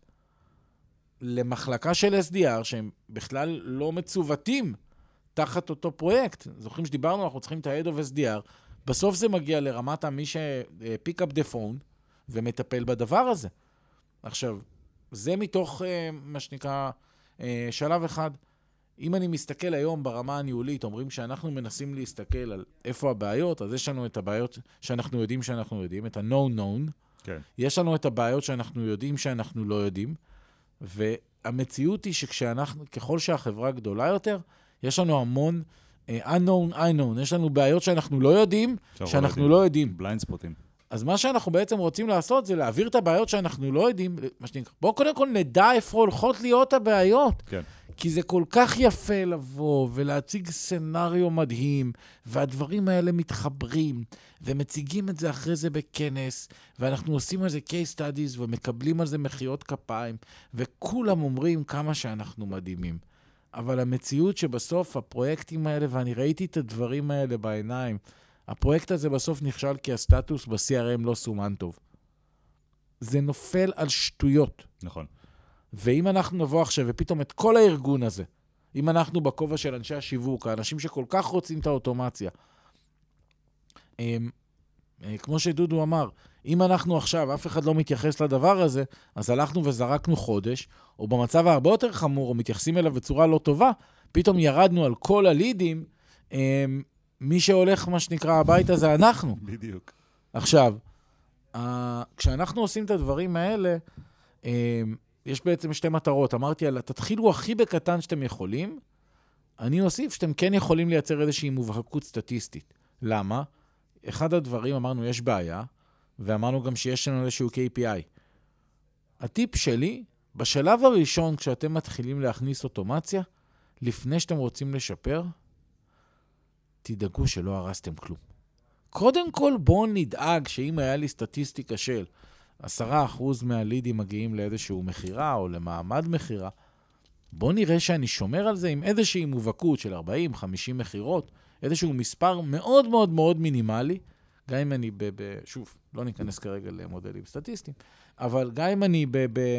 למחלקה של SDR, שהם בכלל לא מצוותים תחת אותו פרויקט. זוכרים שדיברנו, אנחנו צריכים את ה-Head of SDR, בסוף זה מגיע לרמת מי שפיק אפ דה פון ומטפל בדבר הזה. עכשיו, זה מתוך מה שנקרא שלב אחד. אם אני מסתכל היום ברמה הניהולית, אומרים שאנחנו מנסים להסתכל על איפה הבעיות, אז יש לנו את הבעיות שאנחנו יודעים שאנחנו יודעים, את ה-known. כן. יש לנו את הבעיות שאנחנו יודעים שאנחנו לא יודעים, והמציאות היא ככל שהחברה גדולה יותר, יש לנו המון unknown, יש לנו בעיות שאנחנו לא יודעים, שאנחנו לא יודעים. בליינד ספוטים. אז מה שאנחנו בעצם רוצים לעשות זה להעביר את הבעיות שאנחנו לא יודעים, מה שנקרא, בואו קודם כל נדע איפה הולכות להיות הבעיות. כן. כי זה כל כך יפה לבוא ולהציג סנריו מדהים, והדברים האלה מתחברים, ומציגים את זה אחרי זה בכנס, ואנחנו עושים על זה case studies, ומקבלים על זה מחיאות כפיים, וכולם אומרים כמה שאנחנו מדהימים. אבל המציאות שבסוף הפרויקטים האלה, ואני ראיתי את הדברים האלה בעיניים, הפרויקט הזה בסוף נכשל כי הסטטוס ב-CRM לא סומן טוב. זה נופל על שטויות. נכון. ואם אנחנו נבוא עכשיו ופתאום את כל הארגון הזה, אם אנחנו בכובע של אנשי השיווק, האנשים שכל כך רוצים את האוטומציה, כמו שדודו אמר, אם אנחנו עכשיו, אף אחד לא מתייחס לדבר הזה, אז הלכנו וזרקנו חודש, או במצב הרבה יותר חמור, או מתייחסים אליו בצורה לא טובה, פתאום ירדנו על כל הלידים, מי שהולך, מה שנקרא, הביתה זה אנחנו. בדיוק. עכשיו, כשאנחנו עושים את הדברים האלה, יש בעצם 2 מטרות. אמרתי, תתחילו הכי בקטן שאתם יכולים, אני אוסיף שאתם כן יכולים לייצר איזושהי מובהקות סטטיסטית. למה? אחד הדברים, אמרנו, יש בעיה, ואמרנו גם שיש לנו איזשהו KPI. הטיפ שלי, בשלב הראשון, כשאתם מתחילים להכניס אוטומציה, לפני שאתם רוצים לשפר, תדאגו שלא הרסתם כלום. קודם כל, בואו נדאג שאם היה לי סטטיסטיקה של 10% מהלידים מגיעים לאיזשהו מחירה או למעמד מחירה, בוא נראה שאני שומר על זה עם איזושהי מובהקות של 40-50 מחירות, איזשהו מספר מאוד מאוד מאוד מינימלי, גם אם אני שוב, לא ניכנס כרגע למודלים סטטיסטיים, אבל גם אם אני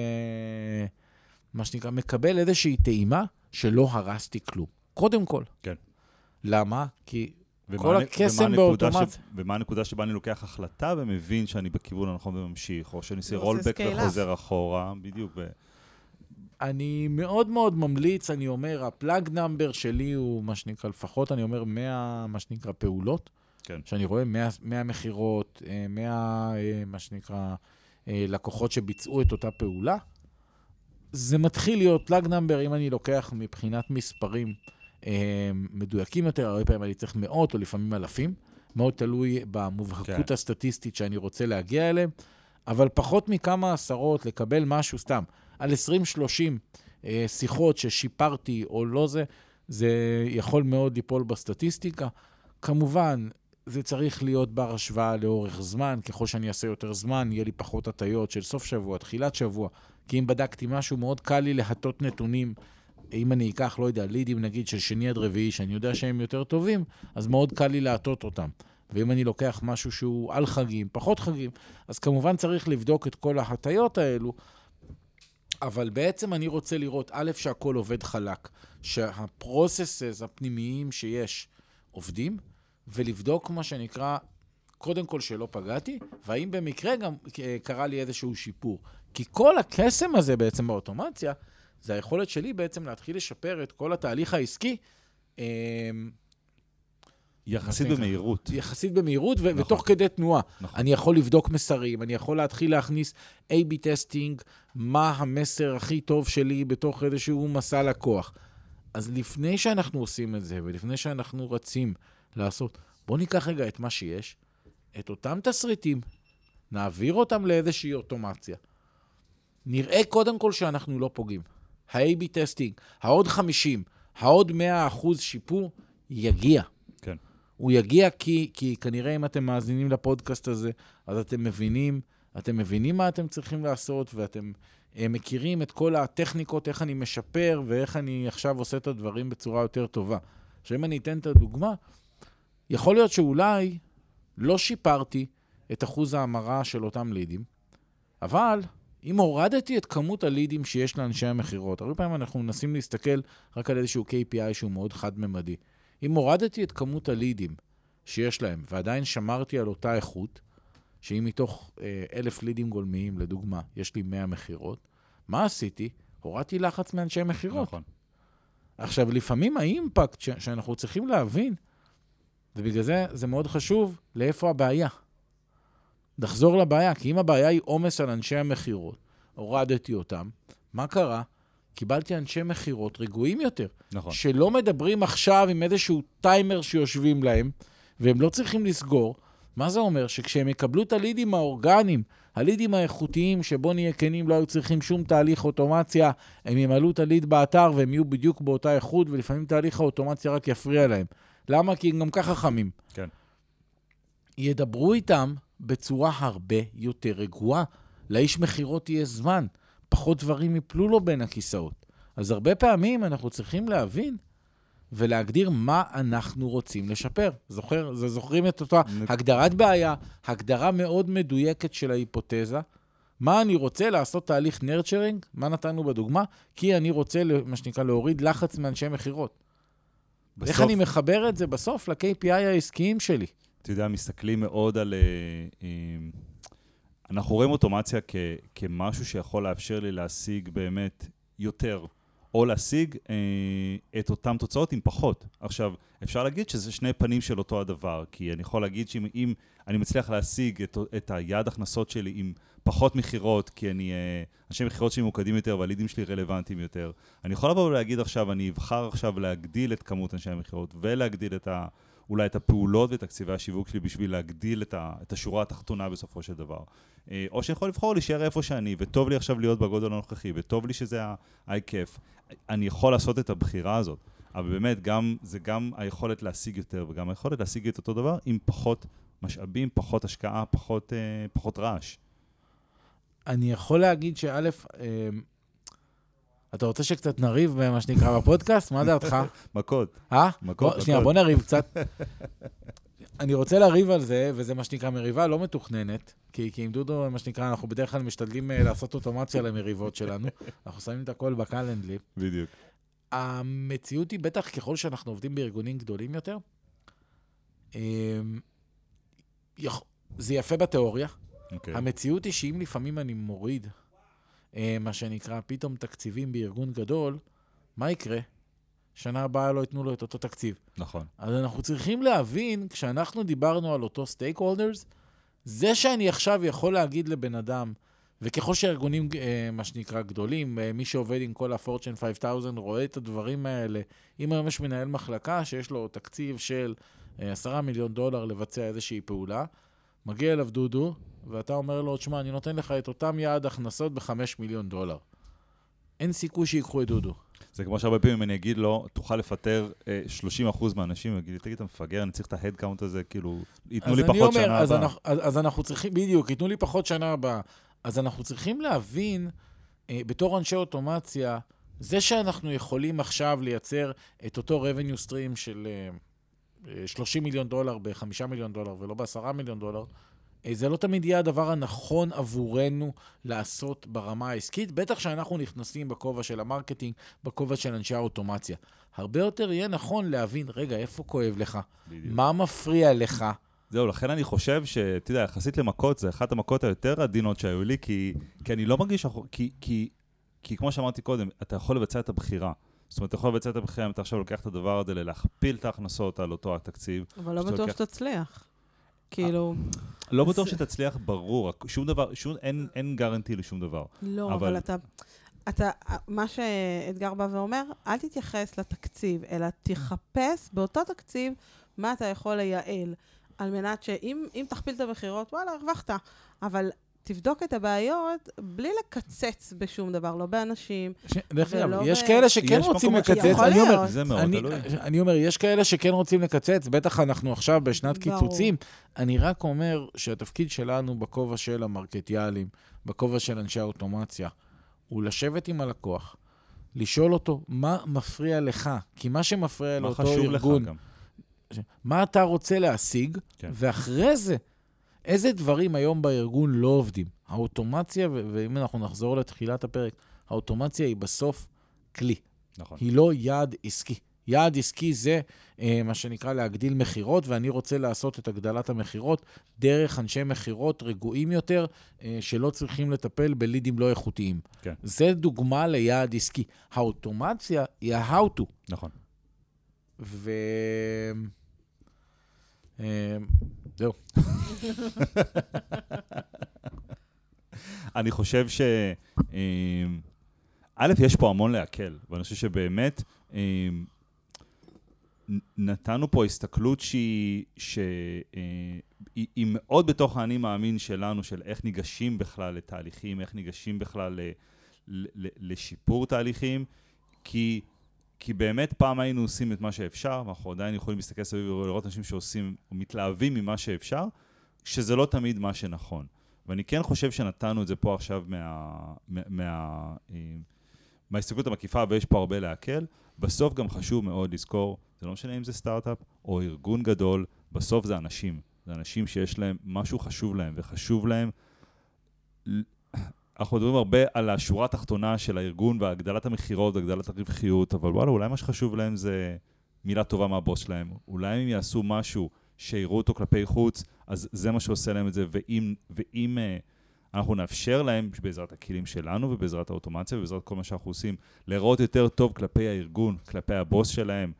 מה שנקרא, מקבל איזושהי טעימה שלא הרסתי כלום. קודם כל. כן. למה? כי כל הקסם באוטומט... ומה הנקודה שבה אני לוקח החלטה ומבין שאני בכיוון הנכון וממשיך, או שאני עושה רולבק וחוזר אחורה, בדיוק. אני מאוד מאוד ממליץ, אני אומר, הפלאג נאמבר שלי הוא מה שנקרא, לפחות אני אומר 100, מה שנקרא, פעולות. כן. שאני רואה 100 מחירות, 100, מה שנקרא, לקוחות שביצעו את אותה פעולה. זה מתחיל להיות פלאג נאמבר, אם אני לוקח מבחינת מספרים מדויקים יותר, הרבה פעמים אני צריך מאות או לפעמים אלפים, מאוד תלוי במובהקות הסטטיסטית שאני רוצה להגיע אליהם, אבל פחות מכמה עשרות לקבל משהו סתם, על 20-30 שיחות ששיפרתי או לא זה יכול מאוד ליפול בסטטיסטיקה. כמובן, זה צריך להיות בר השוואה לאורך זמן, ככל שאני אעשה יותר זמן, יהיה לי פחות הטיות של סוף שבוע, תחילת שבוע, כי אם בדקתי משהו, מאוד קל לי להטות נתונים, אם אני אקח, לא יודע, לידים נגיד של שני עד רביעי, שאני יודע שהם יותר טובים, אז מאוד קל לי להטות אותם. ואם אני לוקח משהו שהוא על חגים, פחות חגים, אז כמובן צריך לבדוק את כל ההטיות האלו, אבל בעצם אני רוצה לראות, א', שהכל עובד חלק, שהפרוססס הפנימיים שיש עובדים, ולבדוק מה שנקרא, קודם כל שלא פגעתי, והאם במקרה גם קרה לי איזשהו שיפור. כי כל הקסם הזה בעצם באוטומציה, זה היכולת שלי בעצם להתחיל לשפר את כל התהליך העסקי. יחסית במהירות. יחסית במהירות ותוך כדי תנועה. אני יכול לבדוק מסרים, אני יכול להתחיל להכניס A-B טסטינג, מה המסר הכי טוב שלי בתוך איזשהו מסע לקוח. אז לפני שאנחנו עושים את זה, ולפני שאנחנו רצים לעשות, בוא ניקח רגע את מה שיש, את אותם תסריטים, נעביר אותם לאיזושהי אוטומציה. נראה קודם כל שאנחנו לא פוגעים. ה-A-B טסטינג, העוד 50, העוד 100% שיפור, יגיע. כן. הוא יגיע כי כנראה אם אתם מאזינים לפודקאסט הזה, אז אתם מבינים מה אתם צריכים לעשות, ואתם מכירים את כל הטכניקות, איך אני משפר, ואיך אני עכשיו עושה את הדברים בצורה יותר טובה. שאם אני אתן את הדוגמה, יכול להיות שאולי לא שיפרתי את אחוז ההמרה של אותם לידים, אבל אם הורדתי את כמות הלידים שיש לאנשי המחירות, הרבה פעמים אנחנו מנסים להסתכל רק על איזשהו KPI שהוא מאוד חד-ממדי. אם הורדתי את כמות הלידים שיש להם, ועדיין שמרתי על אותה איכות, שאם מתוך 1,000 לידים גולמיים, לדוגמה, יש לי 100 מחירות, מה עשיתי? הורדתי לחץ מאנשי מחירות. נכון. עכשיו, לפעמים האימפקט שאנחנו צריכים להבין, ובגלל זה מאוד חשוב לאיפה הבעיה. לחזור לבעיה, כי אם הבעיה היא עומס על אנשי המחירות, הורדתי אותם, מה קרה? קיבלתי אנשי מחירות רגועים יותר. נכון. שלא מדברים עכשיו עם איזשהו טיימר שיושבים להם, והם לא צריכים לסגור. מה זה אומר? שכשהם יקבלו את הלידים האורגניים, הלידים האיכותיים, שבו נהיה כנים, לא היו צריכים שום תהליך אוטומציה, הם ימלאו את הליד באתר, והם יהיו בדיוק באותה איכות, ולפעמים תהליך האוטומציה רק יפריע להם. למה? כי הם גם ככה חמים. כן. ידברו איתם בצורה הרבה יותר רגועה. לאיש מחירות יהיה זמן. פחות דברים יפלו לו בין הכיסאות. אז הרבה פעמים אנחנו צריכים להבין ולהגדיר מה אנחנו רוצים לשפר. זוכרים את אותה הגדרת בעיה, הגדרה מאוד מדויקת של ההיפותזה. מה אני רוצה לעשות תהליך נרצ'רינג? מה נתנו בדוגמה? כי אני רוצה, מה שנקרא, להוריד לחץ מאנשי מחירות. איך אני מחבר את זה בסוף ל-KPI העסקיים שלי? אתה יודע, מסתכלים מאוד על... אנחנו רואים אוטומציה כמשהו שיכול לאפשר לי להשיג באמת יותר, או להשיג את אותם תוצאות עם פחות. עכשיו, אפשר להגיד שזה שני פנים של אותו הדבר, כי אני יכול להגיד שאם אני מצליח להשיג את היעד הכנסות שלי עם פחות מחירות, כי אנשי מחירות שלי מוקדים יותר והלידים שלי רלוונטיים יותר, אני יכול לבוא ולהגיד עכשיו, אני אבחר עכשיו להגדיל את כמות אנשי המחירות ולהגדיל אולי את הפעולות ותקציבי השיווק שלי בשביל להגדיל את השורה התחתונה בסופו של דבר. או שאני יכול לבחור להישאר איפה שאני, וטוב לי עכשיו להיות בגודל הנוכחי, וטוב לי שזה ההיקף. אני יכול לעשות את הבחירה הזאת, אבל באמת זה גם היכולת להשיג יותר, וגם היכולת להשיג את אותו דבר עם פחות משאבים, פחות השקעה, פחות רעש. אני יכול להגיד שא', אתה רוצה שקצת נריב במה שנקרא בפודקאסט? מה דעתך? מכות. שנייה, בוא נריב קצת. אני רוצה לריב על זה, וזה מה שנקרא מריבה לא מתוכננת, כי עם דודו, מה שנקרא, אנחנו בדרך כלל משתדלים לעשות אוטומציה למריבות שלנו. אנחנו שמים את הכל בקלנדלי. בדיוק. המציאות היא בטח ככל שאנחנו עובדים בארגונים גדולים יותר, זה יפה בתיאוריה. המציאות היא שאם לפעמים אני מוריד, מה שנקרא, פתאום תקציבים בארגון גדול, מה יקרה? שנה הבאה לא ייתנו לו את אותו תקציב. נכון. אז אנחנו צריכים להבין, כשאנחנו דיברנו על אותו stakeholders, זה שאני עכשיו יכול להגיד לבן אדם, וככל שהארגונים, מה שנקרא, גדולים, מי שעובד עם כל ה-Fortune 5000 רואה את הדברים האלה, אם היום יש מנהל מחלקה שיש לו תקציב של $10 מיליון לבצע איזושהי פעולה, מגיע אליו דודו, ואתה אומר לו, תשמע, אני נותן לך את אותם יעד הכנסות $5 מיליון. אין סיכוי שיקחו את דודו. זה כמו שהרבה פעמים אני אגיד לו, תוכל לפטר 30% מהאנשים, ואגיד לי, תגיד, אתה מפגר, אני צריך את ההדקאונט הזה, כאילו, ייתנו לי פחות שנה הבאה. אז אנחנו צריכים, בדיוק, ייתנו לי פחות שנה הבאה. אז אנחנו צריכים להבין, בתור אנשי אוטומציה, זה שאנחנו יכולים עכשיו לייצר את אותו revenue stream של $30 מיליון ב$5 מיליון ולא ב$10 מיליון, זה לא תמיד יהיה הדבר הנכון עבורנו לעשות ברמה העסקית, בטח שאנחנו נכנסים בכובע של המרקטינג, בכובע של אנשי האוטומציה. הרבה יותר יהיה נכון להבין, רגע, איפה כואב לך? בדיוק. מה מפריע לך? זהו, לכן אני חושב שתדע, יחסית למכות, זה אחת המכות היותר עדינות שהיו לי, כי אני לא מרגיש, כי כמו שאמרתי קודם, אתה יכול לבצע את הבחירה. זאת אומרת, אתה יכול לבצע את הבחירה, אם אתה עכשיו לוקח את הדבר הזה, להכפיל את ההכנסות על אותו התקציב. אבל לא בטוח שתצליח. כאילו... לא בטוח שתצליח, ברור. שום דבר, אין גרנטי לשום דבר. לא, אבל אתה, מה שאתגר בא ואומר, אל תתייחס לתקציב, אלא תחפש באותו תקציב מה אתה יכול לייעל. על מנת שאם תכפיל את המחירות, וואלה, הרווחת. אבל תבדוק את הבעיות בלי לקצץ בשום דבר, לא באנשים. דרך אגב, יש כאלה שכן רוצים לקצץ. אני אומר, יש כאלה שכן רוצים לקצץ, בטח אנחנו עכשיו בשנת קיצוצים. אני רק אומר שהתפקיד שלנו בכובע של המרקטיאלים, בכובע של אנשי האוטומציה, הוא לשבת עם הלקוח, לשאול אותו מה מפריע לך, כי מה שמפריע לאותו ארגון, מה אתה רוצה להשיג, ואחרי זה, איזה דברים היום בארגון לא עובדים? האוטומציה, ואם אנחנו נחזור לתחילת הפרק, האוטומציה היא בסוף כלי. נכון. היא לא יעד עסקי. יעד עסקי זה מה שנקרא להגדיל מחירות, ואני רוצה לעשות את הגדלת המחירות דרך אנשי מחירות רגועים יותר, שלא צריכים לטפל בלידים לא איכותיים. כן. זה דוגמה ליעד עסקי. האוטומציה היא ה-how to. נכון. זהו. אני חושב א', יש פה המון להקל, ואני חושב שבאמת נתנו פה הסתכלות שהיא מאוד בתוך האני מאמין שלנו, של איך ניגשים בכלל לתהליכים, איך ניגשים בכלל לשיפור תהליכים, כי באמת פעם היינו עושים את מה שאפשר, ואנחנו עדיין יכולים להסתכל סביב ולראות אנשים שעושים או מתלהבים ממה שאפשר, שזה לא תמיד מה שנכון. ואני כן חושב שנתנו את זה פה עכשיו מההסתכלות המקיפה, ויש פה הרבה להקל. בסוף גם חשוב מאוד לזכור, זה לא משנה אם זה סטארט-אפ או ארגון גדול, בסוף זה אנשים. זה אנשים שיש להם משהו חשוב להם, וחשוב להם... אנחנו מדברים הרבה על השורה התחתונה של הארגון והגדלת המחירות והגדלת הרווחיות, אבל וואלה, אולי מה שחשוב להם זה מילה טובה מהבוס שלהם. אולי אם יעשו משהו שיראו אותו כלפי חוץ, אז זה מה שעושה להם את זה, ואם אנחנו נאפשר להם, בעזרת הכלים שלנו ובעזרת האוטומציה ובעזרת כל מה שאנחנו עושים, לראות יותר טוב כלפי הארגון, כלפי הבוס שלהם,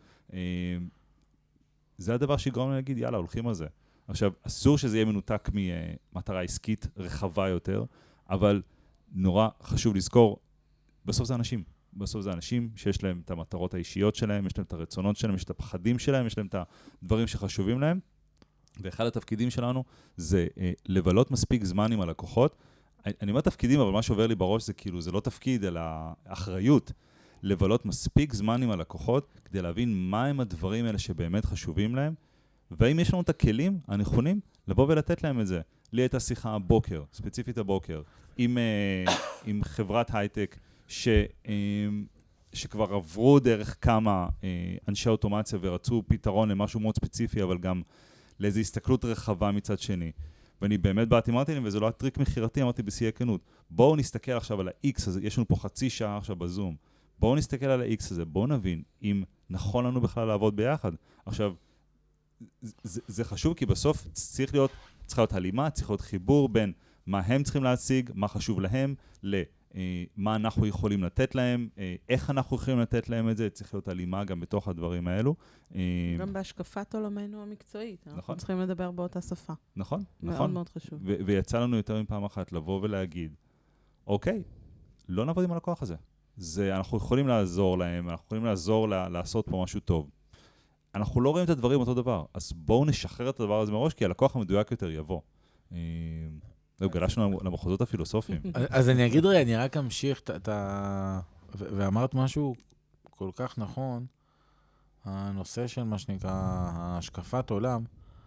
זה הדבר שיגרום לנו להגיד, יאללה, הולכים על זה. עכשיו, אסור שזה יהיה מנותק ממטרה עסקית רחבה יותר, אבל נורא חשוב לזכור, בסוף זה אנשים. בסוף זה אנשים שיש להם את המטרות האישיות שלהם, יש להם את הרצונות שלהם, יש את הפחדים שלהם, יש להם את הדברים שחשובים להם. ואחד התפקידים שלנו זה לבלות מספיק זמן עם הלקוחות. אני אומר תפקידים, אבל מה שעובר לי בראש זה כאילו, זה לא תפקיד, אלא אחריות. לבלות מספיק זמן עם הלקוחות, כדי להבין מה הם הדברים האלה שבאמת חשובים להם, והאם יש לנו את הכלים הנכונים לבוא ולתת להם את זה. לי הייתה שיחה הבוקר, ספציפית הבוקר, עם חברת הייטק שכבר עברו דרך כמה אנשי אוטומציה ורצו פתרון למשהו מאוד ספציפי, אבל גם לאיזו הסתכלות רחבה מצד שני. ואני באמת באתי, אמרתי להם, וזה לא הטריק מחירתי, אמרתי בשיא הכנות, בואו נסתכל עכשיו על ה-X הזה, יש לנו פה חצי שעה עכשיו בזום, בואו נסתכל על ה-X הזה, בואו נבין אם נכון לנו בכלל לעבוד ביחד. עכשיו, זה חשוב כי בסוף צריכה להיות הלימה, צריך להיות חיבור בין מה הם צריכים להציג, מה חשוב להם, למה אנחנו יכולים לתת להם, איך אנחנו יכולים לתת להם את זה, צריך להיות הלימה גם בתוך הדברים האלו. גם בהשקפת עולמנו המקצועית, אנחנו נכון. צריכים לדבר באותה שפה. נכון, מאוד נכון. מאוד חשוב. ויצא לנו יותר מפעם אחת לבוא ולהגיד, אוקיי, לא נעבוד עם הלקוח הזה. אנחנו יכולים לעזור להם, אנחנו יכולים לעזור לעשות פה משהו טוב. אנחנו לא רואים את הדברים אותו דבר, אז בואו נשחרר את הדבר הזה מראש, כי הלקוח המדויק יותר יבוא. גלשנו למחוזות הפילוסופיים. אז אני אגיד רגע, אני רק אמשיך, ואמרת משהו כל כך נכון, הנושא של מה שנקרא השקפת עולם,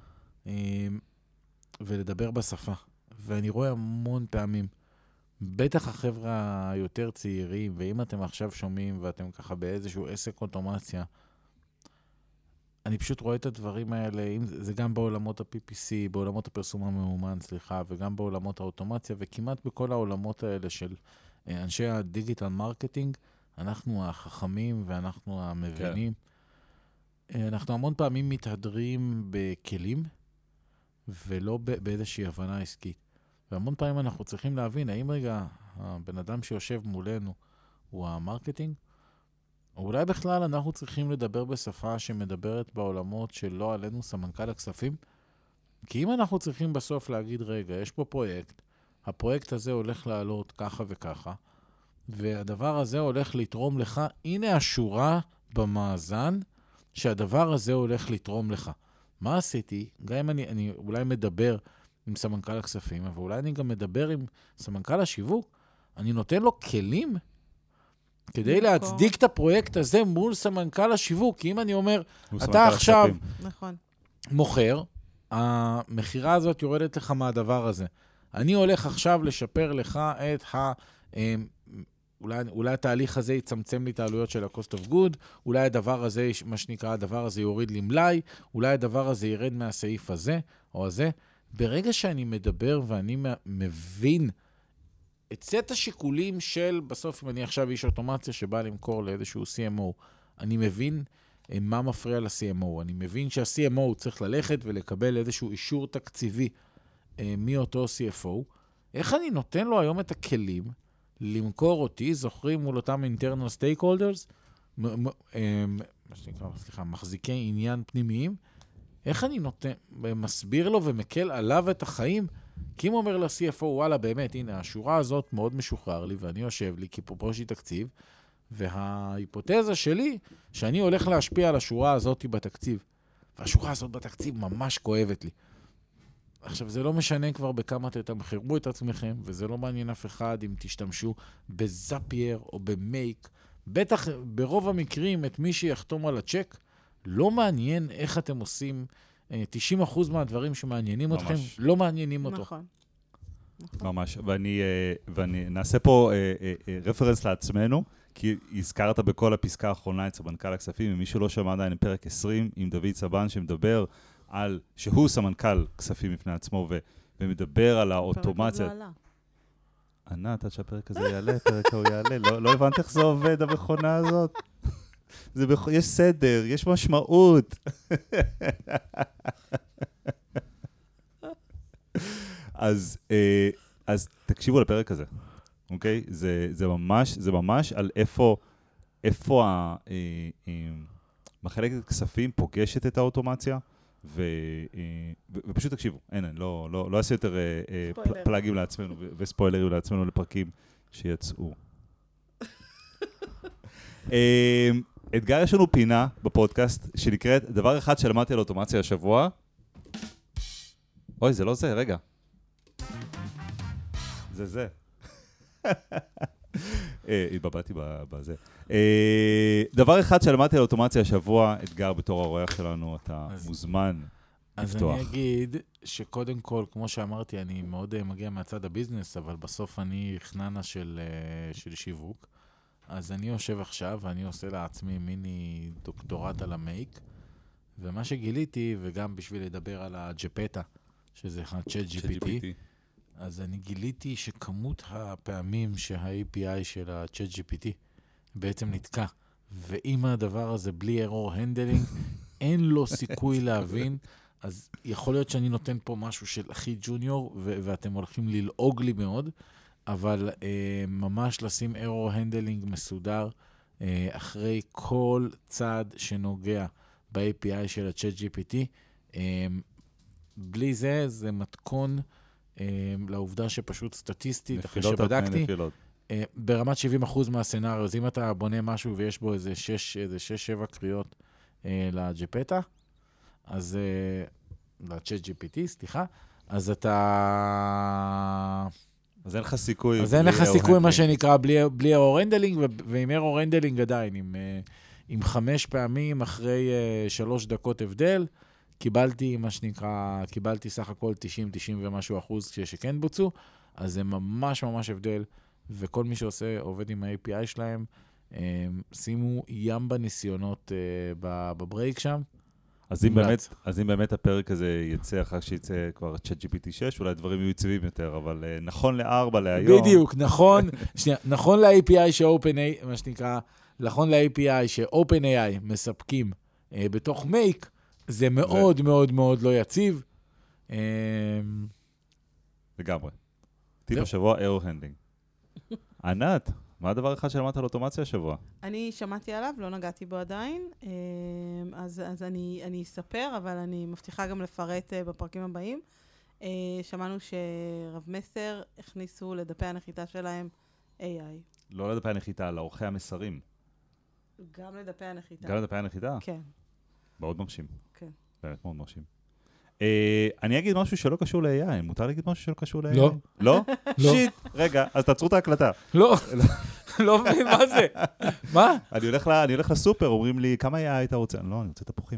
ולדבר בשפה. ואני רואה המון פעמים, בטח החבר'ה היותר צעירים, ואם אתם עכשיו שומעים ואתם ככה באיזשהו עסק אוטומציה, אני פשוט רואה את הדברים האלה, זה גם בעולמות ה-PPC, בעולמות הפרסום המאומן, וגם בעולמות האוטומציה, וכמעט בכל העולמות האלה של אנשי הדיגיטל מרקטינג, אנחנו החכמים ואנחנו המבינים. אנחנו המון פעמים מתהדרים בכלים, ולא באיזושהי הבנה עסקית. והמון פעמים אנחנו צריכים להבין, האם רגע הבן אדם שיושב מולנו הוא המרקטינג, או אולי בכלל אנחנו צריכים לדבר בשפה שמדברת בעולמות שלא עלינו סמנכ"ל הכספים, כי אם אנחנו צריכים בסוף להגיד, רגע, יש פה פרויקט, הפרויקט הזה הולך לעלות ככה וככה, והדבר הזה הולך לתרום לך, הנה השורה במאזן שהדבר הזה הולך לתרום לך. מה עשיתי? גם אם אני אולי מדבר עם סמנכ"ל הכספים, אבל אולי אני גם מדבר עם סמנכ"ל השיווק, אני נותן לו כלים כדי להצדיק את הפרויקט הזה מול סמנכ"ל השיווק. כי אם אני אומר, אתה עכשיו מוכר, המחירה הזאת יורדת לך מהדבר הזה. אני הולך עכשיו לשפר לך את אולי התהליך הזה יצמצם לי את העלויות של ה-cost of good, אולי הדבר הזה, מה שנקרא, הדבר הזה יוריד לי מלאי, אולי הדבר הזה ירד מהסעיף הזה או הזה. ברגע שאני מדבר ואני מבין את סט השיקולים של, בסוף אם אני עכשיו איש אוטומציה שבא למכור לאיזשהו CMO, אני מבין מה מפריע ל-CMO, אני מבין שה-CMO צריך ללכת ולקבל איזשהו אישור תקציבי מאותו CFO, איך אני נותן לו היום את הכלים למכור אותי, זוכרים מול אותם internal stakeholders, מה שנקרא, מחזיקי עניין פנימיים, איך אני מסביר לו ומקל עליו את החיים? כי אם אומר ל-CFO, וואלה, באמת, הנה, השורה הזאת מאוד משוחרר לי, ואני יושב לי, כי פה יש לי תקציב, וההיפותזה שלי, שאני הולך להשפיע על השורה הזאת בתקציב, והשורה הזאת בתקציב ממש כואבת לי. עכשיו, זה לא משנה כבר בכמה תמחרו את עצמכם, וזה לא מעניין אף אחד אם תשתמשו בזאפייר או במייק. בטח ברוב המקרים, את מי שיחתום על הצ'ק, לא מעניין איך אתם עושים 90% מהדברים שמעניינים ממש. אתכם, לא מעניינים אותו. נכון. ממש, ואני נעשה פה רפרנס לעצמנו, כי הזכרת בכל הפסקה האחרונה את סמנכ"ל הכספים, ומי שלא שמע עדיין פרק 20 עם דוד סבן, שמדבר על, שהוא סמנכ"ל כספים לפני עצמו, ומדבר על האוטומציה. פרק ענת, עד שהפרק הזה יעלה, פרק הוא יעלה, לא הבנת איך זה עובד, המכונה הזאת. יש סדר, יש משמעות. אז תקשיבו לפרק הזה, אוקיי? זה ממש על איפה מחלקת כספים פוגשת את האוטומציה, ופשוט תקשיבו, לא אעשה יותר פלאגים לעצמנו וספוילרים לעצמנו לפרקים שיצאו. אתגר, יש לנו פינה בפודקאסט שנקראת דבר אחד שלמדתי על אוטומציה השבוע. אוי, זה לא זה, רגע. זה. התבלבלתי בזה. דבר אחד שלמדתי על אוטומציה השבוע, אתגר בתור האורח שלנו, אתה מוזמן אז אני אגיד שקודם כל, כמו שאמרתי, אני מאוד מגיע מהצד הביזנס, אבל בסוף אני חננה של שיווק. אז אני יושב עכשיו ואני עושה לעצמי מיני דוקטורט על המייק, ומה שגיליתי, וגם בשביל לדבר על הג'פטה, שזה ה-Chat GPT, אז אני גיליתי שכמות הפעמים שה-API של ה-Chat GPT בעצם נתקע, ואם הדבר הזה בלי error handling, אין לו סיכוי להבין, אז יכול להיות שאני נותן פה משהו של הכי ג'וניור, ואתם הולכים ללעוג לי מאוד, אבל ממש לשים error handling מסודר, אחרי כל צעד שנוגע ב-API של ה-Chat GPT, בלי זה, זה מתכון לעובדה שפשוט סטטיסטית, אחרי שבדקתי, ברמת 70% מהסצנריו, אז אם אתה בונה משהו ויש בו איזה 6-7 קריאות לג'פטה, אז ל-Chat GPT, סליחה, אז אתה... אז אין לך סיכוי. אז אין לך סיכוי, מה שנקרא, בלי error handling, ועם error handling עדיין, עם 5 פעמים אחרי 3 דקות הבדל, קיבלתי מה שנקרא, קיבלתי סך הכל 90 ומשהו אחוז שכן בוצעו, אז זה ממש ממש הבדל, וכל מי שעושה, עובד עם ה-API שלהם, שימו ים בניסיונות בברייק שם. אז אם באמת הפרק הזה יצא אחר שיצא כבר ChatGPT 6, אולי דברים יהיו יציבים יותר, אבל נכון ל-4 להיום... בדיוק, נכון, שנייה, נכון ל-API ש-OpenAI, מה שנקרא, נכון ל-API ש-OpenAI מספקים בתוך Make, זה מאוד מאוד מאוד לא יציב. לגמרי. טיפ השבוע, error handling. ענת, מה הדבר אחד שלמדת על אוטומציה השבוע? אני שמעתי עליו, לא נגעתי בו עדיין, אז אני אספר, אבל אני מבטיחה גם לפרט בפרקים הבאים. שמענו שרב מסר הכניסו לדפי הנחיתה שלהם AI. לא לדפי הנחיתה, לעורכי המסרים. גם לדפי הנחיתה. גם לדפי הנחיתה? כן. מאוד מרשים. כן. באמת מאוד מרשים. אני אגיד משהו שלא קשור ל-AI. מותר להגיד משהו שלא קשור ל-AI? לא. לא? שיט. רגע, אז תעצרו את ההקלטה. לא. לא מבין מה זה. מה? אני הולך לסופר, אומרים לי, כמה AI היית רוצה? לא, אני רוצה תפוחים.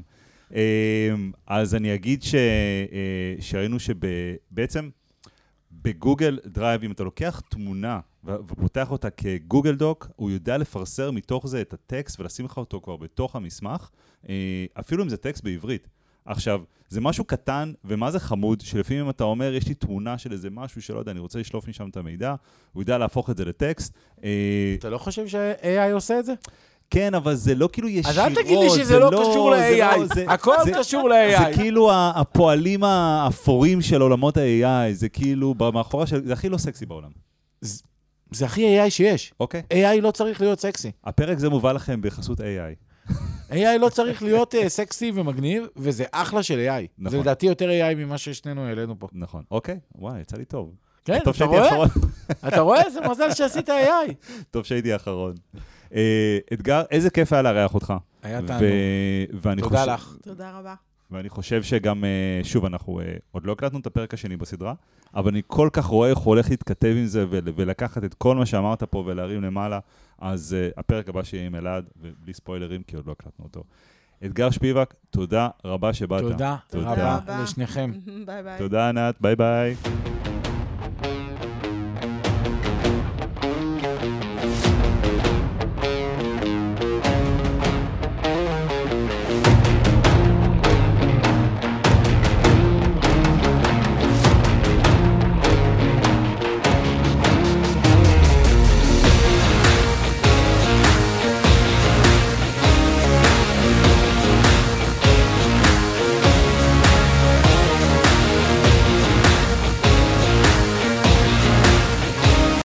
אז אני אגיד שראינו שבעצם בגוגל דרייב, אם אתה לוקח תמונה ופותח אותה כגוגל דוק, הוא יודע לפרסר מתוך זה את הטקסט ולשים לך אותו כבר בתוך המסמך, אפילו אם זה טקסט בעברית. עכשיו, זה משהו קטן, ומה זה חמוד, שלפעמים אם אתה אומר, יש לי תמונה של איזה משהו שלא יודע, אני רוצה לשלוף משם את המידע, הוא יודע להפוך את זה לטקסט. אתה לא חושב ש-AI עושה את זה? כן, אבל זה לא כאילו ישירות. אז אל תגיד לי שזה לא קשור ל-AI, הכל קשור ל-AI. זה כאילו הפועלים האפורים של עולמות ה-AI, זה כאילו במאחורה של, זה הכי לא סקסי בעולם. זה הכי AI שיש. אוקיי. AI לא צריך להיות סקסי. הפרק זה מובא לכם בחסות AI. AI לא צריך להיות סקסי ומגניב, וזה אחלה של AI. נכון. זה לדעתי יותר AI ממה ששנינו העלינו פה. נכון. אוקיי, וואי, יצא לי טוב. כן, אתה רואה? אתה רואה? זה מזל שעשית AI. טוב שהייתי האחרון. אתגר, איזה כיף היה לארח אותך. היה תענוג. תודה לך. תודה רבה. ואני חושב שגם, שוב, אנחנו עוד לא הקלטנו את הפרק השני בסדרה, אבל אני כל כך רואה איך הוא הולך להתכתב עם זה ולקחת את כל מה שאמרת פה ולהרים למעלה, אז הפרק הבא שיהיה עם אלעד, ובלי ספוילרים, כי עוד לא הקלטנו אותו. אתגר שפיבק, תודה רבה שבאת. תודה רבה לשניכם. ביי ביי. תודה ענת, ביי ביי.